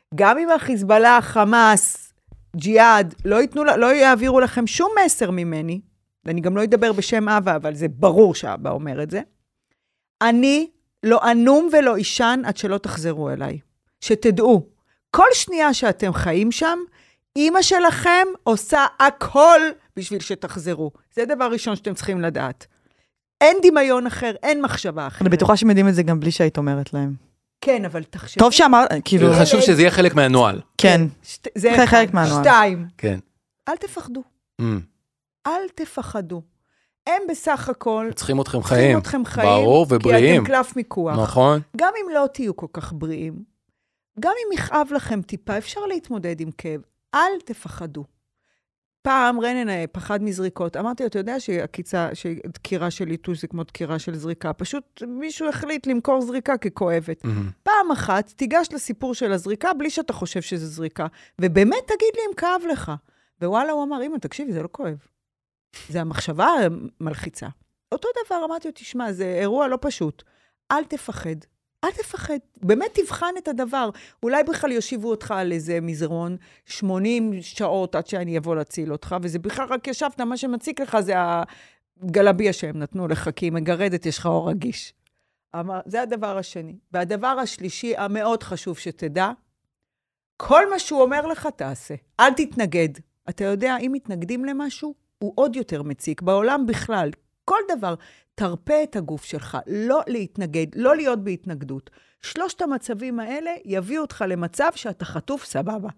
גם אם החיזבאללה, חמאס, ג'יהאד, לא ייתנו, לא יעבירו לכם שום מסר ממני, ואני גם לא אדבר בשם אבא, אבל זה ברור שאבא אומר את זה, אני לא אנום ולא אישן עד שלא תחזרו אליי. שתדעו, כל שנייה שאתם חיים שם, אמא שלכם עושה הכל בשביל שתחזרו. זה דבר ראשון שאתם צריכים לדעת. אין דמיון אחר, אין מחשבה אחרת. אני בטוחה שהם יודעים את זה גם בלי שהיית אומרת להם. כן, אבל תחשב. טוב שאמרת, כאילו... חשוב שזה יהיה חלק מהנועל. כן. זה חלק מהנועל. שתיים. כן. אל תפחדו. אל תפחדו. הם בסך הכל... צריכים אתכם חיים. צריכים אתכם חיים. ברור, ובריאים. כי אתם קלף מיקוח. נכון. גם אם לא תהיו כל כך בריאים, גם אם יכאב לכם טיפה, אפשר להתמודד עם כאב. אל תפחדו. פעם רנן פחד מזריקות. אמרתי לו, אתה יודע שהקיצה, שדקירה של איתוש זה כמו דקירה של זריקה. פשוט מישהו החליט למכור זריקה ככואבת. Mm-hmm. פעם אחת תיגש לסיפור של הזריקה, בלי שאתה חושב שזה זריקה. ובאמת תגיד לי אם כאב לך. ווואלה, הוא אמר, אמא, תקשיבי, זה לא כואב. זה המחשבה מלחיצה. אותו דבר, אמרתי לו, תשמע, זה אירוע לא פשוט. אל תפחד. אל תפחד, באמת תבחן את הדבר. אולי בכלל יושיבו אותך על איזה מזרון, שמונים שעות עד שאני אבוא להציל אותך, וזה בכלל רק ישבת, מה שמציק לך זה הגלביה שהם נתנו לך, כי היא מגרדת, יש לך אור רגיש. זה הדבר השני. והדבר השלישי, המאוד חשוב שתדע, כל מה שהוא אומר לך תעשה. אל תתנגד. אתה יודע, אם מתנגדים למשהו, הוא עוד יותר מציק. בעולם בכלל, כל דבר, תרפה את הגוף שלך, לא להתנגד, לא להיות בהתנגדות. שלושת המצבים האלה יביאו אותך למצב שאתה חטוף סבבה.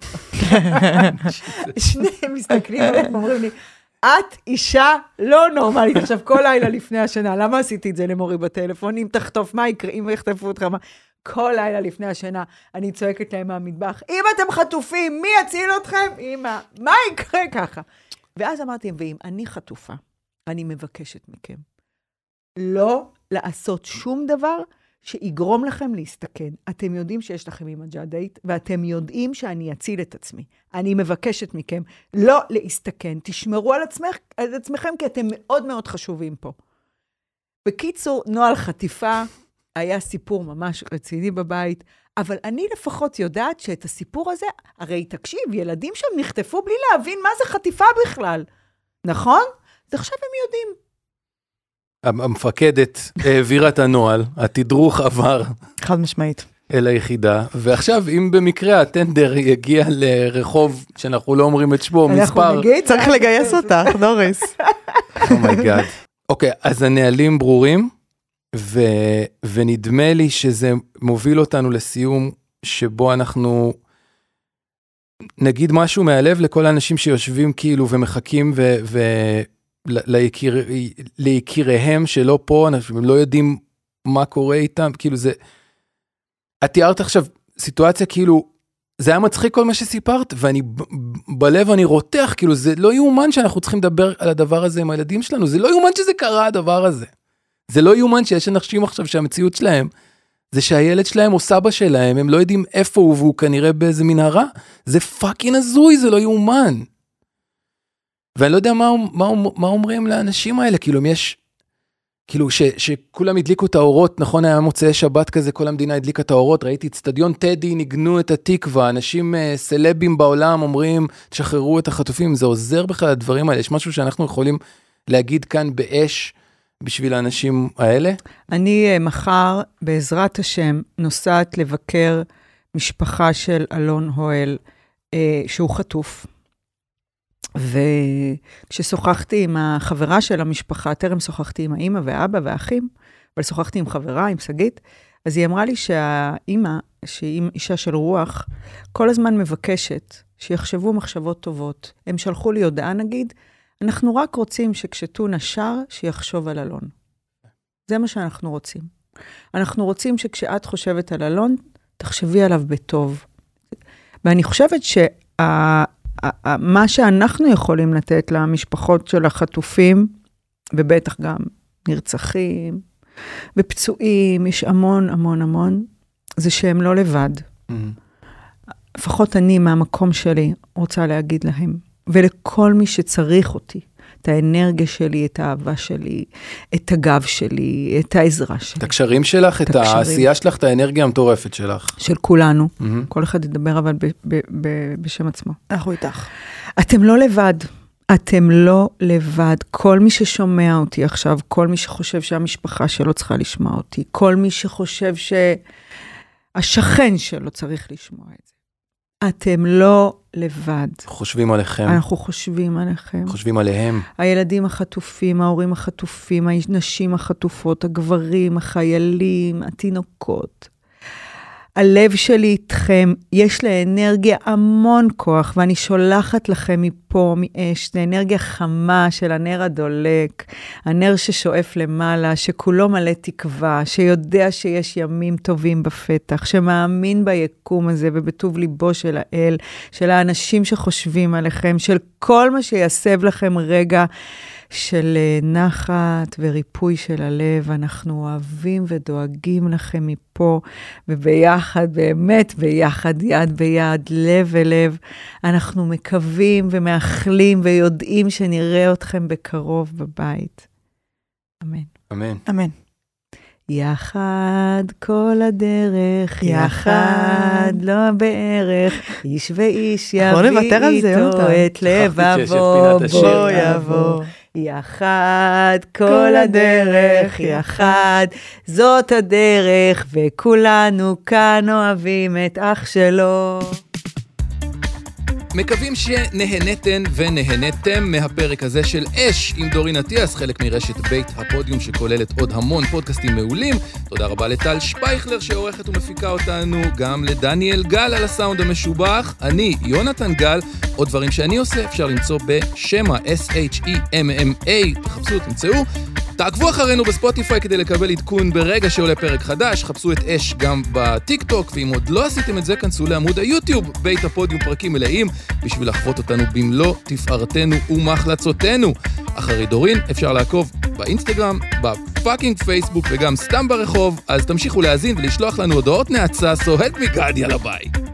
שניהם מסתכלים עליהם, אומרים לי, את אישה לא נורמלית. עכשיו, כל לילה לפני השנה, למה עשיתי את זה למורי בטלפון? אם תחטוף, מה יקרה? אם יחטפו אותך, מה? כל לילה לפני השנה, אני צועקת להם מהמטבח, אם אתם חטופים, מי יציל אתכם? אמא, מה יקרה ככה? ואז אמרתי, ואם אני חטופה, אני מבקשת מכם. לא לעשות שום דבר שיגרום לכם להסתכן. אתם יודעים שיש לכם עם הג'אדאית, ואתם יודעים שאני אציל את עצמי. אני מבקשת מכם לא להסתכן. תשמרו על, עצמך, על עצמכם, כי אתם מאוד מאוד חשובים פה. בקיצור, נועל חטיפה היה סיפור ממש רציני בבית, אבל אני לפחות יודעת שאת הסיפור הזה, הרי תקשיב, ילדים שם נחטפו בלי להבין מה זה חטיפה בכלל. נכון? אז עכשיו הם יודעים. המפקדת העבירה את הנועל, התדרוך עבר. חד משמעית. אל היחידה, ועכשיו אם במקרה הטנדר יגיע לרחוב שאנחנו לא אומרים את שמו, מספר... צריך לגייס אותך, דוריס. אומייגאד. אוקיי, אז הנהלים ברורים, ו... ונדמה לי שזה מוביל אותנו לסיום, שבו אנחנו נגיד משהו מהלב לכל האנשים שיושבים כאילו ומחכים ו... ו... לייקיר, ליקיריהם שלא פה, אנשים לא יודעים מה קורה איתם, כאילו זה, את תיארת עכשיו סיטואציה כאילו, זה היה מצחיק כל מה שסיפרת, ואני בלב אני רותח, כאילו זה לא יאומן שאנחנו צריכים לדבר על הדבר הזה עם הילדים שלנו, זה לא יאומן שזה קרה הדבר הזה, זה לא יאומן שיש אנשים עכשיו שהמציאות שלהם, זה שהילד שלהם או סבא שלהם, הם לא יודעים איפה הוא, והוא כנראה באיזה מנהרה, זה פאקינג הזוי, זה לא יאומן. ואני לא יודע מה, מה, מה אומרים לאנשים האלה, כאילו אם יש, כאילו ש, שכולם הדליקו את האורות, נכון היה מוצאי שבת כזה, כל המדינה הדליקה את האורות, ראיתי את סטדיון טדי, ניגנו את התקווה, אנשים uh, סלבים בעולם אומרים, תשחררו את החטופים, זה עוזר בכלל הדברים האלה, יש משהו שאנחנו יכולים להגיד כאן באש, בשביל האנשים האלה? אני uh, מחר, בעזרת השם, נוסעת לבקר משפחה של אלון הואל, uh, שהוא חטוף. וכששוחחתי עם החברה של המשפחה, טרם שוחחתי עם האמא והאבא והאחים, אבל שוחחתי עם חברה, עם סגית, אז היא אמרה לי שהאמא, שהיא אישה של רוח, כל הזמן מבקשת שיחשבו מחשבות טובות. הם שלחו לי הודעה, נגיד, אנחנו רק רוצים שכשטונה שר, שיחשוב על אלון. זה מה שאנחנו רוצים. אנחנו רוצים שכשאת חושבת על אלון, תחשבי עליו בטוב. ואני חושבת שה... מה שאנחנו יכולים לתת למשפחות של החטופים, ובטח גם נרצחים, ופצועים, יש המון המון המון, זה שהם לא לבד. Mm-hmm. לפחות אני מהמקום שלי רוצה להגיד להם, ולכל מי שצריך אותי, את האנרגיה שלי, את האהבה שלי, את הגב שלי, את העזרה שלי. את הקשרים שלך, את העשייה שלך, את האנרגיה המטורפת שלך. של כולנו. כל אחד ידבר אבל בשם עצמו. אנחנו איתך. אתם לא לבד. אתם לא לבד. כל מי ששומע אותי עכשיו, כל מי שחושב שהמשפחה שלו צריכה לשמוע אותי, כל מי שחושב שהשכן שלו צריך לשמוע את זה. אתם לא לבד. חושבים עליכם. אנחנו חושבים עליכם. חושבים עליהם. הילדים החטופים, ההורים החטופים, הנשים החטופות, הגברים, החיילים, התינוקות. הלב שלי איתכם, יש לאנרגיה המון כוח, ואני שולחת לכם מפה, מאש, זה אנרגיה חמה של הנר הדולק, הנר ששואף למעלה, שכולו מלא תקווה, שיודע שיש ימים טובים בפתח, שמאמין ביקום הזה ובטוב ליבו של האל, של האנשים שחושבים עליכם, של כל מה שיסב לכם רגע, של נחת וריפוי של הלב. אנחנו אוהבים ודואגים לכם מפה, וביחד, באמת ביחד, יד ביד, לב ולב, אנחנו מקווים ומאחלים ויודעים שנראה אתכם בקרוב בבית. אמן. אמן. אמן. יחד כל הדרך, יחד לא בערך, איש ואיש יביא איתו את לבבו, בוא יבוא. יחד כל הדרך, יחד זאת הדרך, וכולנו כאן אוהבים את אח שלו. מקווים שנהנתן ונהנתם מהפרק הזה של אש עם דורין אטיאס, חלק מרשת בית הפודיום שכוללת עוד המון פודקאסטים מעולים. תודה רבה לטל שפייכלר שעורכת ומפיקה אותנו, גם לדניאל גל על הסאונד המשובח. אני יונתן גל, עוד דברים שאני עושה אפשר למצוא בשמה, אס אייץ' אי אם אם איי, תחפשו, תמצאו. תעקבו אחרינו בספוטיפיי כדי לקבל עדכון ברגע שעולה פרק חדש, חפשו את אש גם בטיק טוק, ואם עוד לא עשיתם את זה, כנסו לעמוד היוטיוב, בית הפודיום פרקים מלאים, בשביל לחוות אותנו במלוא תפארתנו ומחלצותינו. אחרי דורין אפשר לעקוב באינסטגרם, בפאקינג פייסבוק וגם סתם ברחוב, אז תמשיכו להאזין ולשלוח לנו הודעות נאצה, סוהד מגד, יאללה ביי.